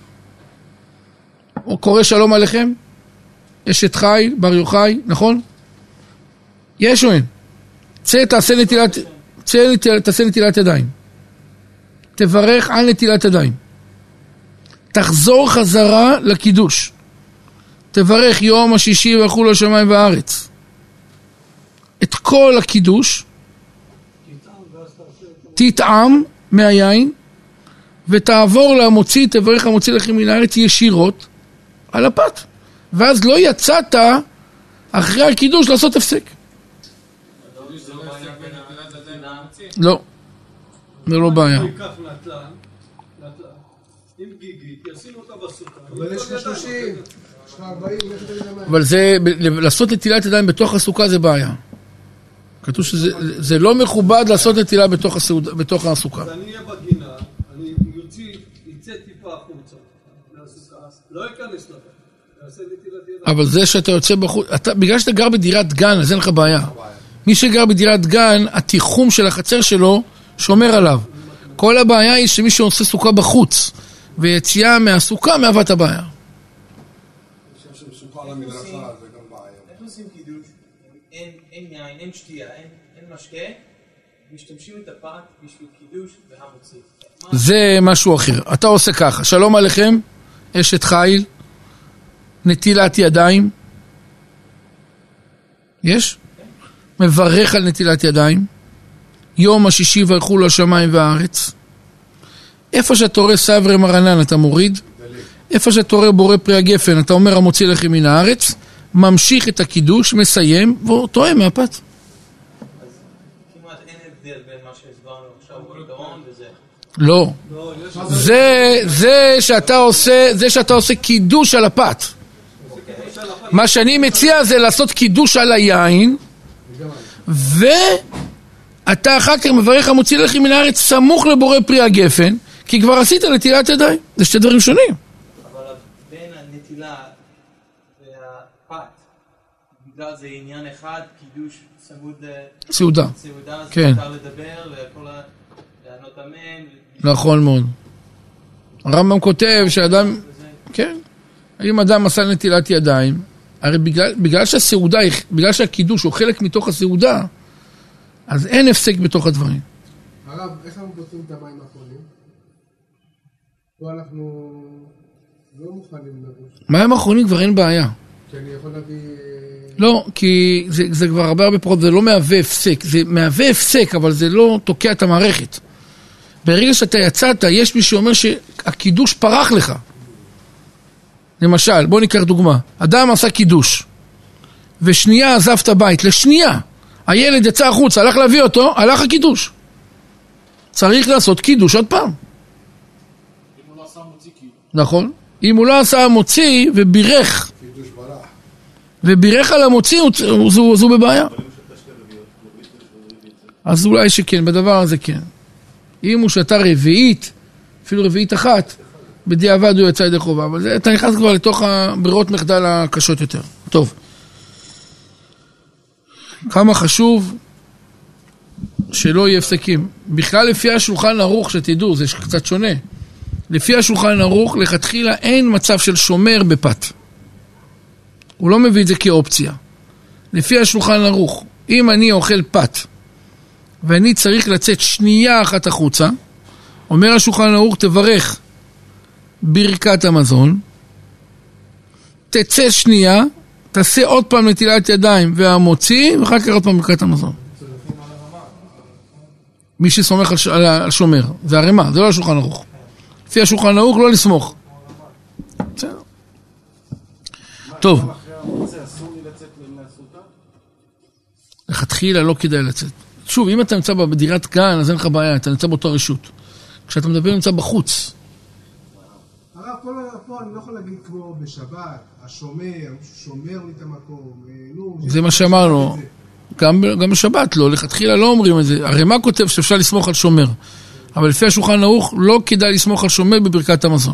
או קורא שלום עליכם, אשת חיל, בר יוחאי, נכון? יש או אין? תעשה נטילת ידיים. תברך על נטילת ידיים. תחזור חזרה לקידוש. תברך יום השישי והלכו לשמיים והארץ. את כל הקידוש תטעם מהיין ותעבור למוציא, תברך המוציא לכם מן הארץ ישירות על הפת. ואז לא יצאת אחרי הקידוש לעשות הפסק. לא, זה לא בעיה. עם גיגית, ישים אותה בסוכה. אבל יש לך 30, יש לך 40, אבל זה, לעשות נטילת ידיים בתוך הסוכה זה בעיה. כתוב שזה לא מכובד לעשות נטילה בתוך הסוכה. אז אני אהיה בגינה, אני יצא טיפה החוצה, מהסוכה, לא אכנס לפה, יעשה נטילת ידיים. אבל זה שאתה יוצא בחוץ, בגלל שאתה גר בדירת גן, אז אין לך בעיה. מי שגר בדירת גן, התיחום של החצר שלו שומר עליו. כל הבעיה היא שמי שעושה סוכה בחוץ, ויציאה מהסוכה מהווה את הבעיה. איך עושים קידוש? אין יין, אין שתייה, אין משקה, משתמשים את הפת בשביל קידוש והמוציא. זה משהו אחר. אתה עושה ככה, שלום עליכם, אשת חיל, נטילת ידיים. יש? מברך על נטילת ידיים. יום השישי והלכו לשמיים והארץ. איפה שאתה רואה סברי מרנן אתה מוריד, איפה שאתה רואה בורא פרי הגפן אתה אומר המוציא לכם מן הארץ, ממשיך את הקידוש, מסיים והוא טועה מהפת. אז כמעט אין הבדל בין מה שהסברנו עכשיו בעיקרון וזה. לא, זה שאתה עושה קידוש על הפת. מה שאני מציע זה לעשות קידוש על היין, ואתה אחר כך מברך המוציא לכם מן הארץ סמוך לבורא פרי הגפן, כי כבר עשית נטילת ידיים. זה שתי דברים שונים. אבל בין הנטילה והפת, בגלל זה עניין אחד, קידוש צמוד סעודה. אז כן. אפשר לדבר וכל לענות אמן. נכון מאוד. הרמב"ם כותב שאדם, כן, אם אדם עשה נטילת ידיים, הרי בגלל שהסעודה, בגלל שהקידוש הוא חלק מתוך הסעודה, אז אין הפסק בתוך הדברים. הרב, איך אנחנו פותחים את המים האחרונים? פה אנחנו לא מוכנים לרוש. מים האחרונים כבר אין בעיה. כי אני יכול להביא... לא, כי זה כבר הרבה פחות, זה לא מהווה הפסק. זה מהווה הפסק, אבל זה לא תוקע את המערכת. ברגע שאתה יצאת, יש מי שאומר שהקידוש פרח לך. למשל, בוא ניקח דוגמה. אדם עשה קידוש, ושנייה עזב את הבית, לשנייה. הילד יצא החוץ, הלך להביא אותו, הלך הקידוש. צריך לעשות קידוש עוד פעם. אם הוא לא עשה מוציא כאילו. נכון. אם הוא לא עשה מוציא ובירך, ובירך על המוציא, אז הוא בבעיה. אז אולי שכן, בדבר הזה כן. אם הוא שתה רביעית, אפילו רביעית אחת, בדיעבד הוא יצא ידי חובה, אבל זה, אתה נכנס כבר לתוך הברירות מחדל הקשות יותר. טוב. כמה חשוב שלא יהיה הפסקים. בכלל לפי השולחן ערוך, שתדעו, זה קצת שונה. לפי השולחן ערוך, לכתחילה אין מצב של שומר בפת. הוא לא מביא את זה כאופציה. לפי השולחן ערוך, אם אני אוכל פת, ואני צריך לצאת שנייה אחת החוצה, אומר השולחן ערוך, תברך ברכת המזון, תצא שנייה, תעשה עוד פעם נטילת ידיים והמוציא, ואחר כך עוד פעם ברכת המזון. מי שסומך על שומר, זה הרמה, זה לא השולחן ערוך. לפי השולחן ערוך לא לסמוך. בסדר. טוב. לכתחילה לא כדאי לצאת. שוב, אם אתה נמצא בדירת גן, אז אין לך בעיה, אתה נמצא באותו רשות. כשאתה מדבר, נמצא בחוץ. הרב, פה אני לא יכול להגיד כמו בשבת, השומר, שומר לי את המקום. זה מה שאמרנו. גם בשבת לא, לכתחילה לא אומרים את זה. הרמ"א כותב שאפשר לסמוך על שומר. אבל לפי השולחן ערוך לא כדאי לסמוך על שומר בברכת המזון.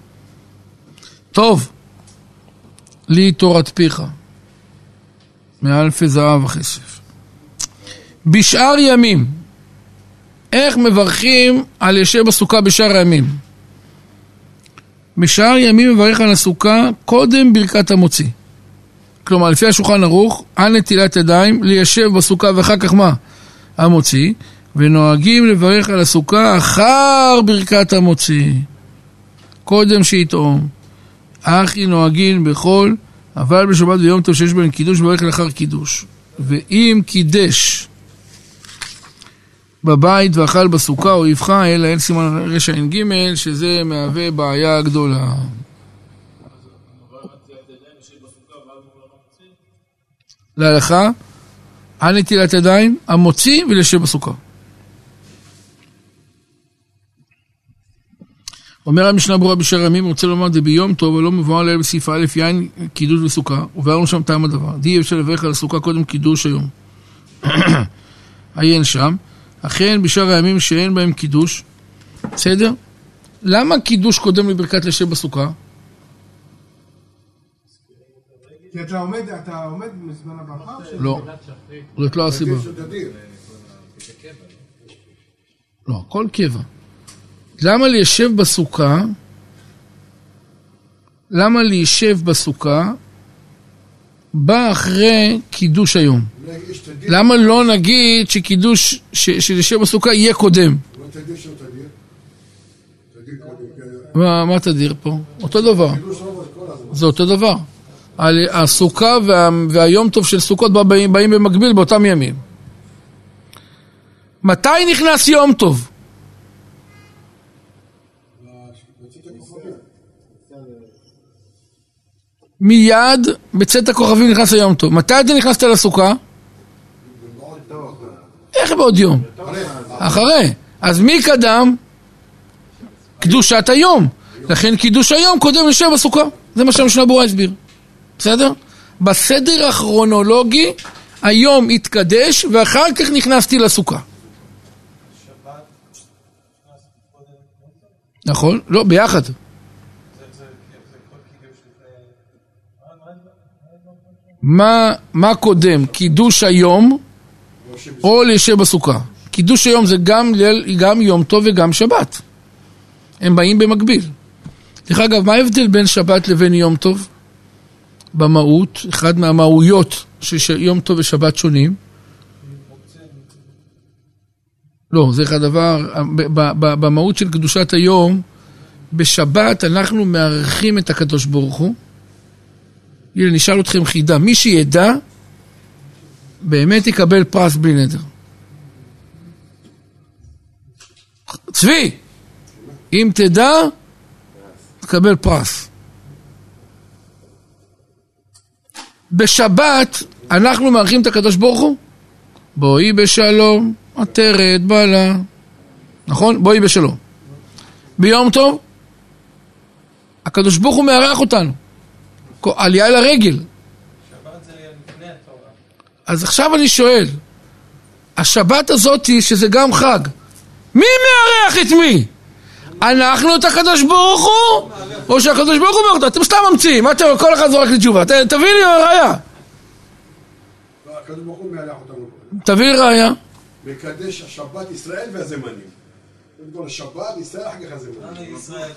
טוב. לי תורת פיך. מאלפי זהב וכסף. בשאר ימים. איך מברכים על ישב בסוכה בשאר הימים? בשאר ימים מברך על הסוכה קודם ברכת המוציא. כלומר, לפי השולחן ערוך, על נטילת ידיים, ליישב בסוכה ואחר כך מה? המוציא. ונוהגים לברך על הסוכה אחר ברכת המוציא. קודם שיטעום. אחי נוהגים בכל, אבל בשבת ויום טוב שיש בהם קידוש, מברך לאחר קידוש. ואם קידש בבית ואכל בסוכה או יבחה, אלא אין סימן רשע אין ג' שזה מהווה בעיה גדולה. להלכה, על נטילת ידיים, המוציא ולשב בסוכה. אומר המשנה ברורה בשאר הימים, רוצה לומר, זה ביום טוב, ולא מבואר לאל בסעיף א' יין קידוש בסוכה, ובארנו שם טעם הדבר. די אפשר לברך על הסוכה קודם קידוש היום. עיין שם. אכן בשאר הימים שאין בהם קידוש, בסדר? למה קידוש קודם לברכת לשב בסוכה? כי אתה עומד בזמן הברכה? לא, זאת לא הסיבה. לא, כל קבע. למה ליישב בסוכה? למה ליישב בסוכה בא אחרי קידוש היום? למה לא נגיד שקידוש שליישב בסוכה יהיה קודם? מה תדיר פה? אותו דבר. זה אותו דבר. הסוכה והיום טוב של סוכות באים במקביל באותם ימים. מתי נכנס יום טוב? מיד בצאת הכוכבים נכנס היום טוב. מתי אתה נכנסת לסוכה? איך בעוד יום? אחרי. אז מי קדם? קדושת היום. לכן קידוש היום קודם לשב בסוכה. זה מה שהמשנה ברורה הסביר. בסדר? בסדר הכרונולוגי היום התקדש ואחר כך נכנסתי לסוכה. נכון? לא, ביחד. מה קודם? קידוש היום או לשב בסוכה? קידוש היום זה גם יום טוב וגם שבת. הם באים במקביל. דרך אגב, מה ההבדל בין שבת לבין יום טוב? במהות, אחד מהמהויות שיום טוב ושבת שונים. לא, זה אחד הדבר, במהות של קדושת היום, בשבת אנחנו מארחים את הקדוש ברוך הוא. הנה, נשאל אתכם חידה, מי שידע, באמת יקבל פרס בלי נדר. צבי, אם תדע, תקבל פרס. בשבת אנחנו מארחים את הקדוש ברוך הוא. בואי בשלום, עטרת בעלה. נכון? בואי בשלום. ביום טוב, הקדוש ברוך הוא מארח אותנו. עלייה לרגל. שבת זה לפני התורה. אז עכשיו אני שואל, השבת הזאת שזה גם חג, מי מארח את מי? אנחנו את הקדוש ברוך הוא? או שהקדוש ברוך הוא מארח? אתם סתם ממציאים, כל אחד זורק לי תשובה, תביא לי ראיה. לא, הקדוש ברוך הוא מארח אותנו. תביא לי ראיה. מקדש השבת ישראל והזמנים. קודם כל השבת ישראל אחר כך הזמנים.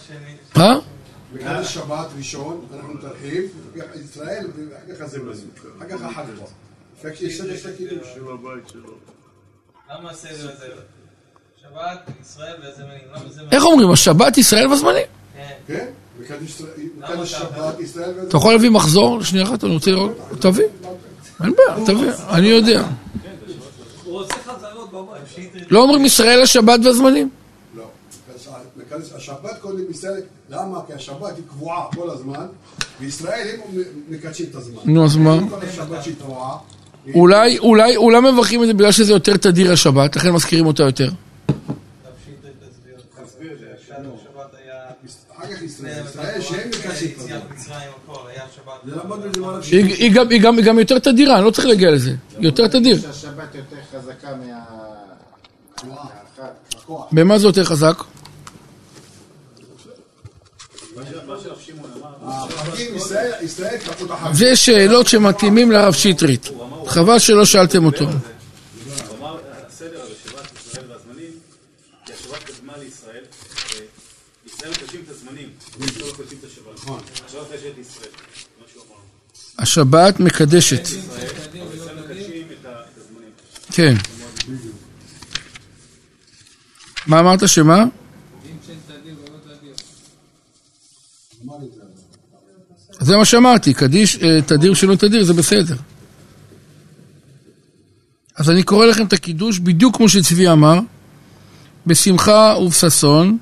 מקדש שבת ראשון, אנחנו מתרחיב, ישראל ואחר כך הזמנים. אחר כך החג פה. לפי שיש סדר של הקידוש. למה הסדר הזה? שבת, ישראל והזמנים. איך אומרים? השבת, ישראל והזמנים? כן, מקדש שבת, ישראל והזמנים. אתה יכול להביא מחזור? שנייה אחת, אני רוצה לראות. תביא. אין בעיה, תביא. אני יודע. הוא עושה חזרות בבית. לא אומרים ישראל השבת והזמנים? לא. השבת קודם ישראל, למה? כי השבת היא קבועה כל הזמן, וישראל הם מקדשים את הזמן. נו, אז מה? כל השבת שהיא קבועה. אולי מברכים את זה בגלל שזה יותר תדיר השבת, לכן מזכירים אותה יותר. אחר כך ישראל שהם מקדשים את הזמן. היא גם יותר תדירה, אני לא צריך להגיע לזה. יותר תדיר. שהשבת יותר חזקה מהחג. במה זה יותר חזק? זה שאלות שמתאימים לרב שטרית. חבל שלא שאלתם אותו. הוא אמר, הסדר הזה, שבת ישראל והזמנים, כי השבת קדמה לישראל, ישראל מקדשים את הזמנים, וישראל מקדשים את השבת. השבת מקדשת את ישראל, מה שהוא אמר. השבת מקדשת. ישראל מקדשים את הזמנים. כן. מה אמרת שמה? זה מה שאמרתי, קדיש, תדיר שלא תדיר, זה בסדר. אז אני קורא לכם את הקידוש בדיוק כמו שצבי אמר, בשמחה ובששון.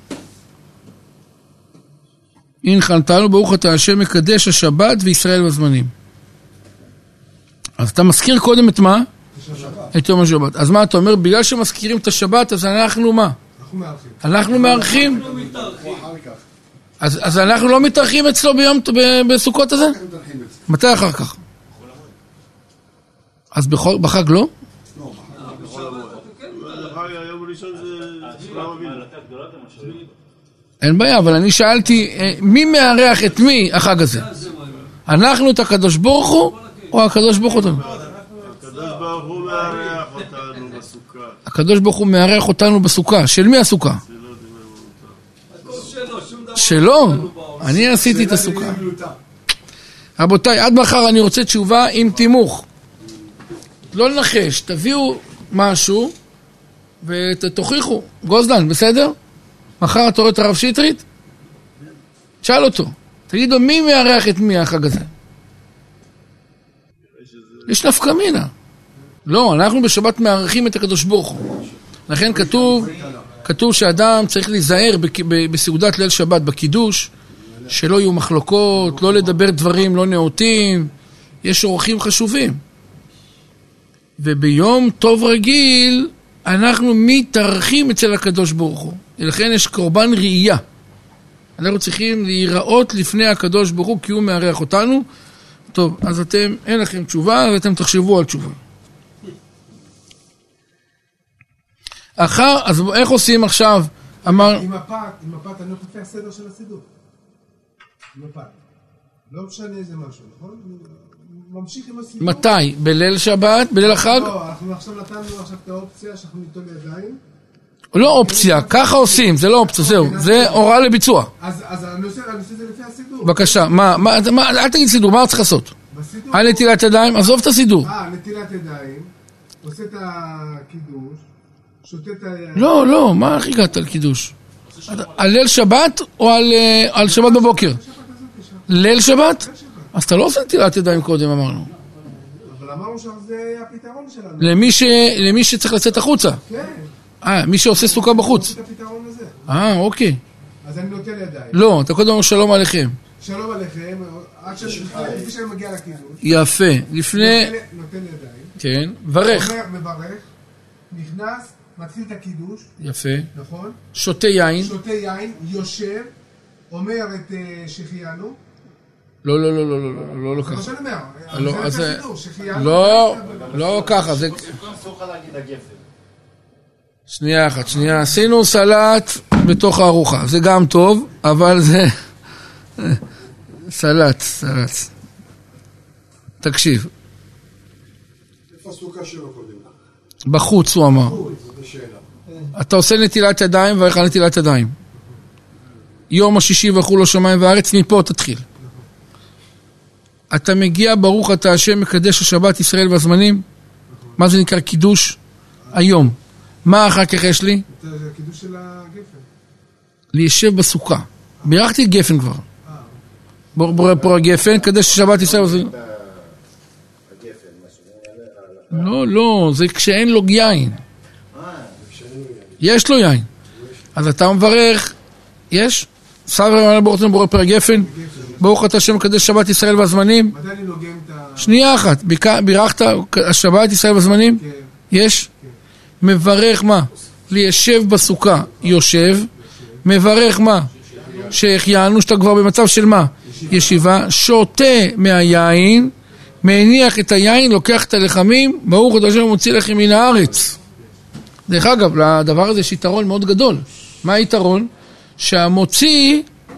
הנחלתנו ברוך אתה השם מקדש השבת וישראל בזמנים. אז אתה מזכיר קודם את מה? את יום השבת. אז מה אתה אומר? בגלל שמזכירים את השבת, אז אנחנו מה? אנחנו מארחים. אז אנחנו לא מתארחים אצלו בסוכות הזה? מתי אחר כך? אז בחג לא? אין בעיה, אבל אני שאלתי, מי מארח את מי החג הזה? אנחנו את הקדוש ברוך הוא, או הקדוש ברוך הוא אותנו? הקדוש ברוך הוא מארח אותנו בסוכה. הקדוש ברוך הוא מארח אותנו בסוכה. של מי הסוכה? שלו? אני עשיתי את הסוכה. רבותיי, עד מחר אני רוצה תשובה עם תימוך. לא לנחש, תביאו משהו ותוכיחו. גוזלן, בסדר? מחר אתה רואה את הרב שטרית? תשאל אותו. תגיד לו, מי מארח את מי החג הזה? יש נפקא מינה. לא, אנחנו בשבת מארחים את הקדוש ברוך הוא. לכן כתוב שאדם צריך להיזהר בסעודת ליל שבת, בקידוש, שלא יהיו מחלוקות, לא לדבר דברים לא נאותים. יש אורחים חשובים. וביום טוב רגיל, אנחנו מתארחים אצל הקדוש ברוך הוא. לכן יש קורבן ראייה. אנחנו צריכים להיראות לפני הקדוש ברוך הוא, כי הוא מארח אותנו. טוב, אז אתם, אין לכם תשובה, אז אתם תחשבו על תשובה. אז איך עושים עכשיו? אמר... עם מפת, אני לא חושב הסדר של הסידור. עם מפת. לא משנה איזה משהו, נכון? ממשיך עם הסידור. מתי? בליל שבת? בליל החג? לא, אנחנו עכשיו נתנו עכשיו את האופציה שאנחנו ניתן ידיים. לא אופציה, ככה עושים, זה לא אופציה, זהו, זה הוראה לביצוע. אז אני עושה את זה לפי הסידור. בבקשה, אל תגיד סידור, מה צריך לעשות? על נטילת ידיים, עזוב את הסידור. נטילת ידיים, עושה את הקידוש, שותה את הידיים. לא, מה איך הגעת על קידוש? על ליל שבת או על שבת בבוקר? ליל שבת? אז אתה לא עושה נטילת ידיים קודם, אמרנו. אבל אמרנו שזה הפתרון שלנו. למי שצריך לצאת החוצה. כן. מי שעושה סוכה בחוץ. את הפתרון הזה. אוקיי. אז אני נוטל ידיים. לא, אתה קודם אומר שלום עליכם. שלום עליכם, עד שאני מגיע לקידוש. יפה, לפני... נוטל ידיים. כן, מברך. מברך, נכנס, מתחיל את הקידוש. יפה. נכון? שותה יין. שותה יין, יושב, אומר את שהחיינו. לא ככה. זה מה שאני אומר. זה הסידור, שהחיינו. לא ככה, זה... אסור לך להגיד הגפן. שנייה אחת, עשינו סלט בתוך הארוחה, זה גם טוב, אבל זה... סלט. תקשיב. איפה הסוכה שלו קודם? בחוץ הוא אמר. זו שאלה. אתה עושה נטילת ידיים ואיך נטילת ידיים. יום השישי וכו לו שמיים וארץ, מפה תתחיל. אתה מגיע ברוך אתה השם מקדש השבת ישראל והזמנים. מה זה נקרא קידוש? היום. מה אחר כך יש לי? זה הקידוש של הגפן. להישב בסוכה. בירכתי גפן כבר. בורא פה הגפן, קדש השבת ישראל והזמנים. לא, זה כשאין לו יין. יש לו יין. אז אתה מברך, יש? סבא בורא פר גפן, ברוך אתה השם מקדש שבת ישראל והזמנים. מתי אני נוגם את ה... שנייה אחת, בירכת השבת ישראל והזמנים? כן. יש? מברך מה? ליישב בסוכה, יושב. מברך מה? שהחיינו שאתה כבר במצב של מה? ישיבה. שותה מהיין, מניח את היין, לוקח את הלחמים, ברוך אתה השם מוציא לכם מן הארץ. דרך אגב, לדבר הזה יש יתרון מאוד גדול. מה היתרון? שהמוציא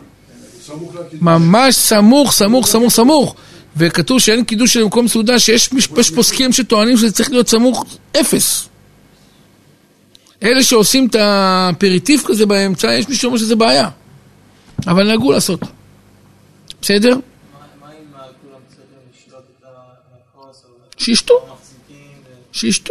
ממש סמוך. וכתוב שאין קידוש של מקום סעודה, שיש פוסקים שטוענים שזה צריך להיות סמוך 0. אלה שעושים את הפריטיב כזה באמצע, יש מישהו שאומר שזה בעיה. אבל נהגו לעשות. בסדר? מה אם כולם צריכים לשלוט את הכוס? שישתו.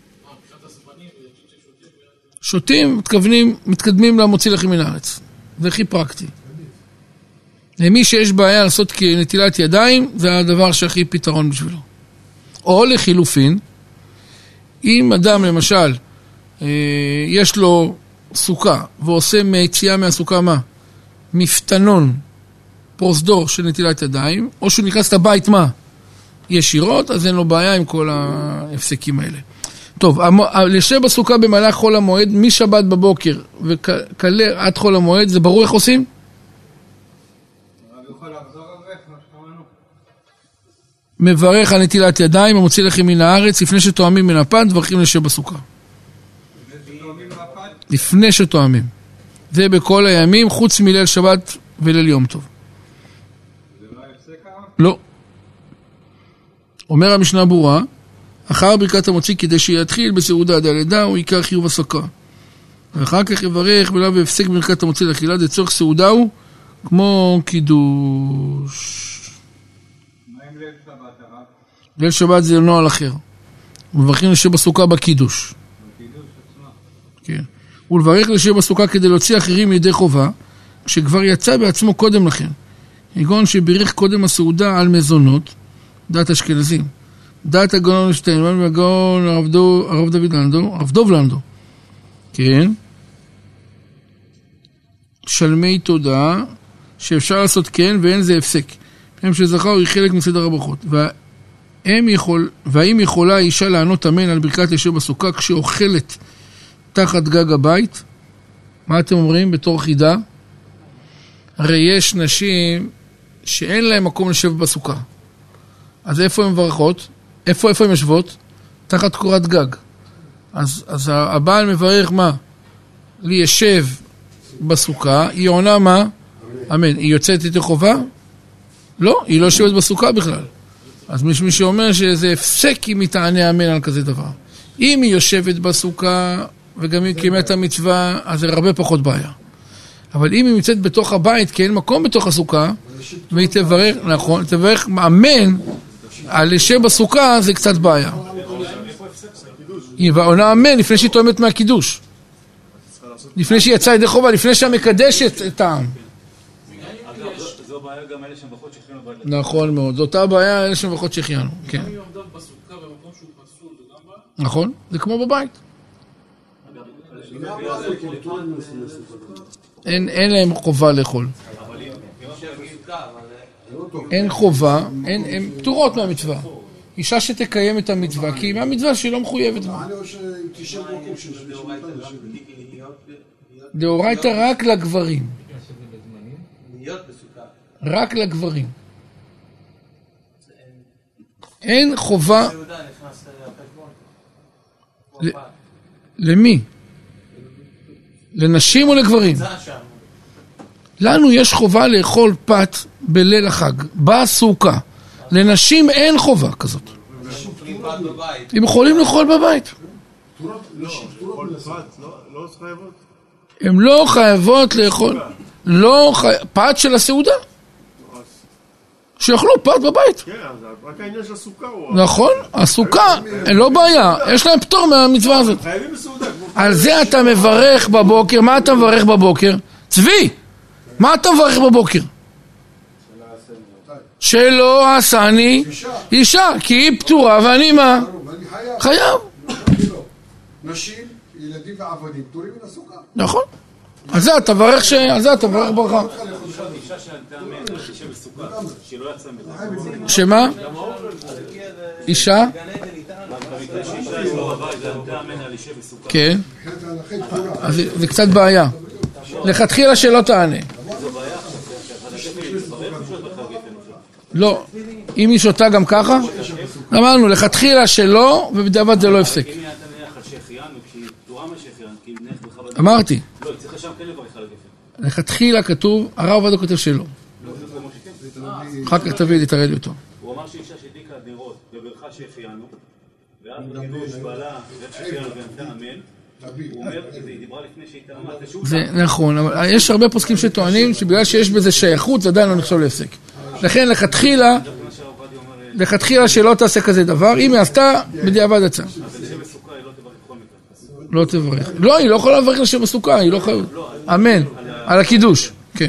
שותים, מתקדמים למוציא לכם מן הארץ. זה הכי פרקטי. למי שיש בעיה לעשות נטילת ידיים, זה הדבר שהכי פתרון בשבילו. או לחילופין, אם אדם למשל, יש לו סוכה, ועושה מיציאה מהסוכה מה? מפתנון, פרוסדור של נטילת ידיים, או שהוא נכנס לבית מה? ישירות, אז אין לו בעיה עם כל ההפסקים האלה. טוב, לשב בסוכה במהלך חול המועד, משבת בבוקר וכלה עד חול המועד, זה ברור איך עושים? מברך על נטילת ידיים, המוציא לכם מן הארץ, לפני שתואמים מן הפת, דברכים לשב בסוכה. לפני שתואמים. זה בכל הימים, חוץ מליל שבת וליל יום טוב. לא. אומר המשנה ברורה, אחר ברכת המוציא כדי שיתחיל בסעודה עד הלידה, הוא עיקר חיוב הסוכה. ואחר כך יברך בלב והפסק ברכת המוציא לתחילה, זה צורך סעודה הוא כמו קידוש. מה עם ליל שבת, הרב? ליל שבת זה נועל אחר. מברכים לשב בסוכה בקידוש. בקידוש עצמה. כן. ולברך לשב בסוכה כדי להוציא אחרים מידי חובה, כשכבר יצא בעצמו קודם לכן. כגון שבירך קודם הסעודה על מזונות, דת אשכנזים. דת הגאון שטיינמן והגאון הרב דוב לנדו. כן. שלמי תודה, שאפשר לעשות כן ואין זה הפסק. הם שזכר היא חלק מסדר הברכות. והאם יכולה האישה לענות אמן על ברכת ישב בסוכה כשאוכלת תחת גג הבית? מה אתם אומרים בתור חידה? הרי יש נשים שאין להן מקום לשב בסוכה. אז איפה הן מברכות? איפה הן יושבות? תחת קורת גג. אז הבעל מברך מה? ליישב בסוכה, היא עונה מה? אמן. היא יוצאת איתי חובה? לא, היא לא יושבת בסוכה בכלל. אז מי שאומר שזה הפסק אם היא תענה אמן על כזה דבר. אם היא יושבת בסוכה וגם היא קיימה את המצווה, אז זה הרבה פחות בעיה. אבל אם היא יוצאת בתוך הבית, כי אין מקום בתוך הסוכה, והיא תברך, נכון, תברך אמן, על ישב בסוכה זה קצת בעיה. היא עונה אמן לפני שהיא תואמת מהקידוש. לפני שהיא יצאה ידי חובה, לפני שהמקדשת את העם. זו בעיה גם אלה שמבחות שהחיינו בית. נכון מאוד, זו אותה בעיה, אלה שמבחות שהחיינו. כן. אם היא עומדות בסוכה במקום שהוא פסול, זה גם בעיה? נכון, זה כמו בבית. אין להם חובה לאכול. אין חובה, הן פטורות מהמצווה. אישה שתקיים את המצווה, כי היא מהמצווה שהיא לא מחויבת בה. דאורייתא רק לגברים. רק לגברים. אין חובה... למי? לנשים או לגברים? לנו יש חובה לאכול פת בליל החג, בסוכה. לנשים אין חובה כזאת. הם יכולים לאכול בבית. הם לא חייבות לאכול. פת של הסעודה. שיאכלו פת בבית. כן, רק העניין של הסוכה הוא... נכון, הסוכה, לא בעיה, יש להם פטור מהמצווה הזאת. חייבים בסעודה. על זה אתה מברך בבוקר, מה אתה מברך בבוקר? צבי, מה אתה מברך בבוקר? שלא עשני אישה, כי היא פטורה ואני מה? חייב. נשים, ילדים ועבדים, פטורים מן הסוכה. נכון. על זה אתה מברך ברכה. אישה שענתה אמן, תשב בסוכה, שהיא לא יצאה מזה. שמה? אישה? כן. אז זה קצת בעיה. לכתחילה שלא תענה. לא. אם היא שותה גם ככה? אמרנו, לכתחילה שלא, ובדיעבד זה לא הפסק. אמרתי. לא, צריך לשם כן לברך על הגפן. לכתחילה כתוב, הרב עובדיה כותב שלא. אחר כך תביא לי, תראה לי אותו. הוא אמר שאישה שהדליקה נרות בברכה שהחיינו, ואז בקידוש בעלה, ואיך שהחיינו ונתן אמן, הוא אומר, היא דיברה לפני שהייתה אמרת שוב. זה נכון, אבל יש הרבה פוסקים שטוענים שבגלל שיש בזה שייכות, זה עדיין לא נחשב להפסק. לכן לכתחילה שלא תעשה כזה דבר, אם היא עשתה, בדיעבד יצא. אבל לשם בסוכה היא לא תברך כל מכך. לא תברך. לא, היא לא יכולה לברך לשם בסוכה, היא לא חייבת. אמן. על הקידוש, כן.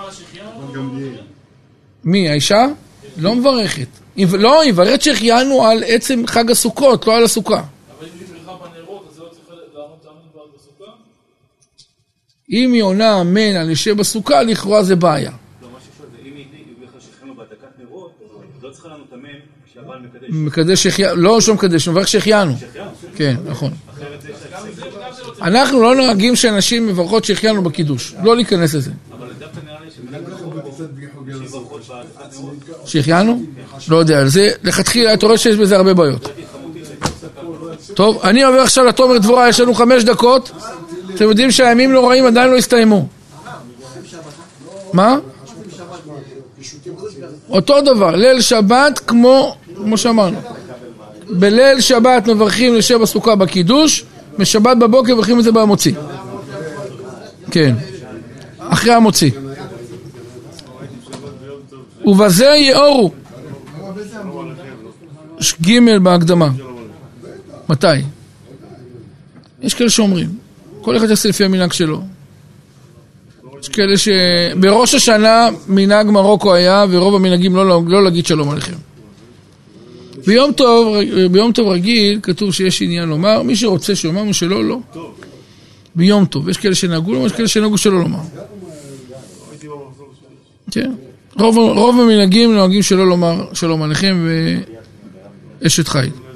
מי, האישה? לא מברכת. לא, היא מברכת שהחיינו על עצם חג הסוכות, לא על הסוכה. אבל אם היא ברכה בנרות, אז זה לא צריך לענות תאמין כבר בסוכה? אם היא עונה אמן על ישב בסוכה, לכאורה זה בעיה. לא, מה ששואל זה, אם היא בכלל שהחיינו בהדלקת נרות, לא צריכה לענות אמן כשהבעל מקדש. מקדש שהחיינו, לא שהוא מקדש, הוא מברך שהחיינו. כן, נכון. אנחנו לא נוהגים שאנשים מברכות שהחיינו בקידוש. לא להיכנס לזה. אבל דווקא נראה לי שברכות שהחיינו? לא יודע, על זה לכתחילה, אתה רואה שיש בזה הרבה בעיות. טוב, אני עובר עכשיו לתומר דבורה, יש לנו 5 דקות. אתם יודעים שהימים לא רעים עדיין לא הסתיימו. מה? אותו דבר, ליל שבת כמו שאמרנו. בליל שבת מברכים לשב בסוכה בקידוש, בשבת בבוקר מברכים את זה במוציא. כן, אחרי המוציא. ובזה יאורו. ג' בהקדמה. מתי? יש כאלה שאומרים. כל אחד יעשה לפי המנהג שלו. יש כאלה שבראש השנה מנהג מרוקו היה, ורוב המנהגים לא להגיד שלום עליכם. ביום טוב רגיל כתוב שיש עניין לומר, מי שרוצה שאומר, מי שלא, לא. ביום טוב. יש כאלה שנהגו לומר, יש כאלה שנהגו שלא לומר. כן. רוב המנהגים נוהגים שלא לומר שלום עליכם ואשת חי.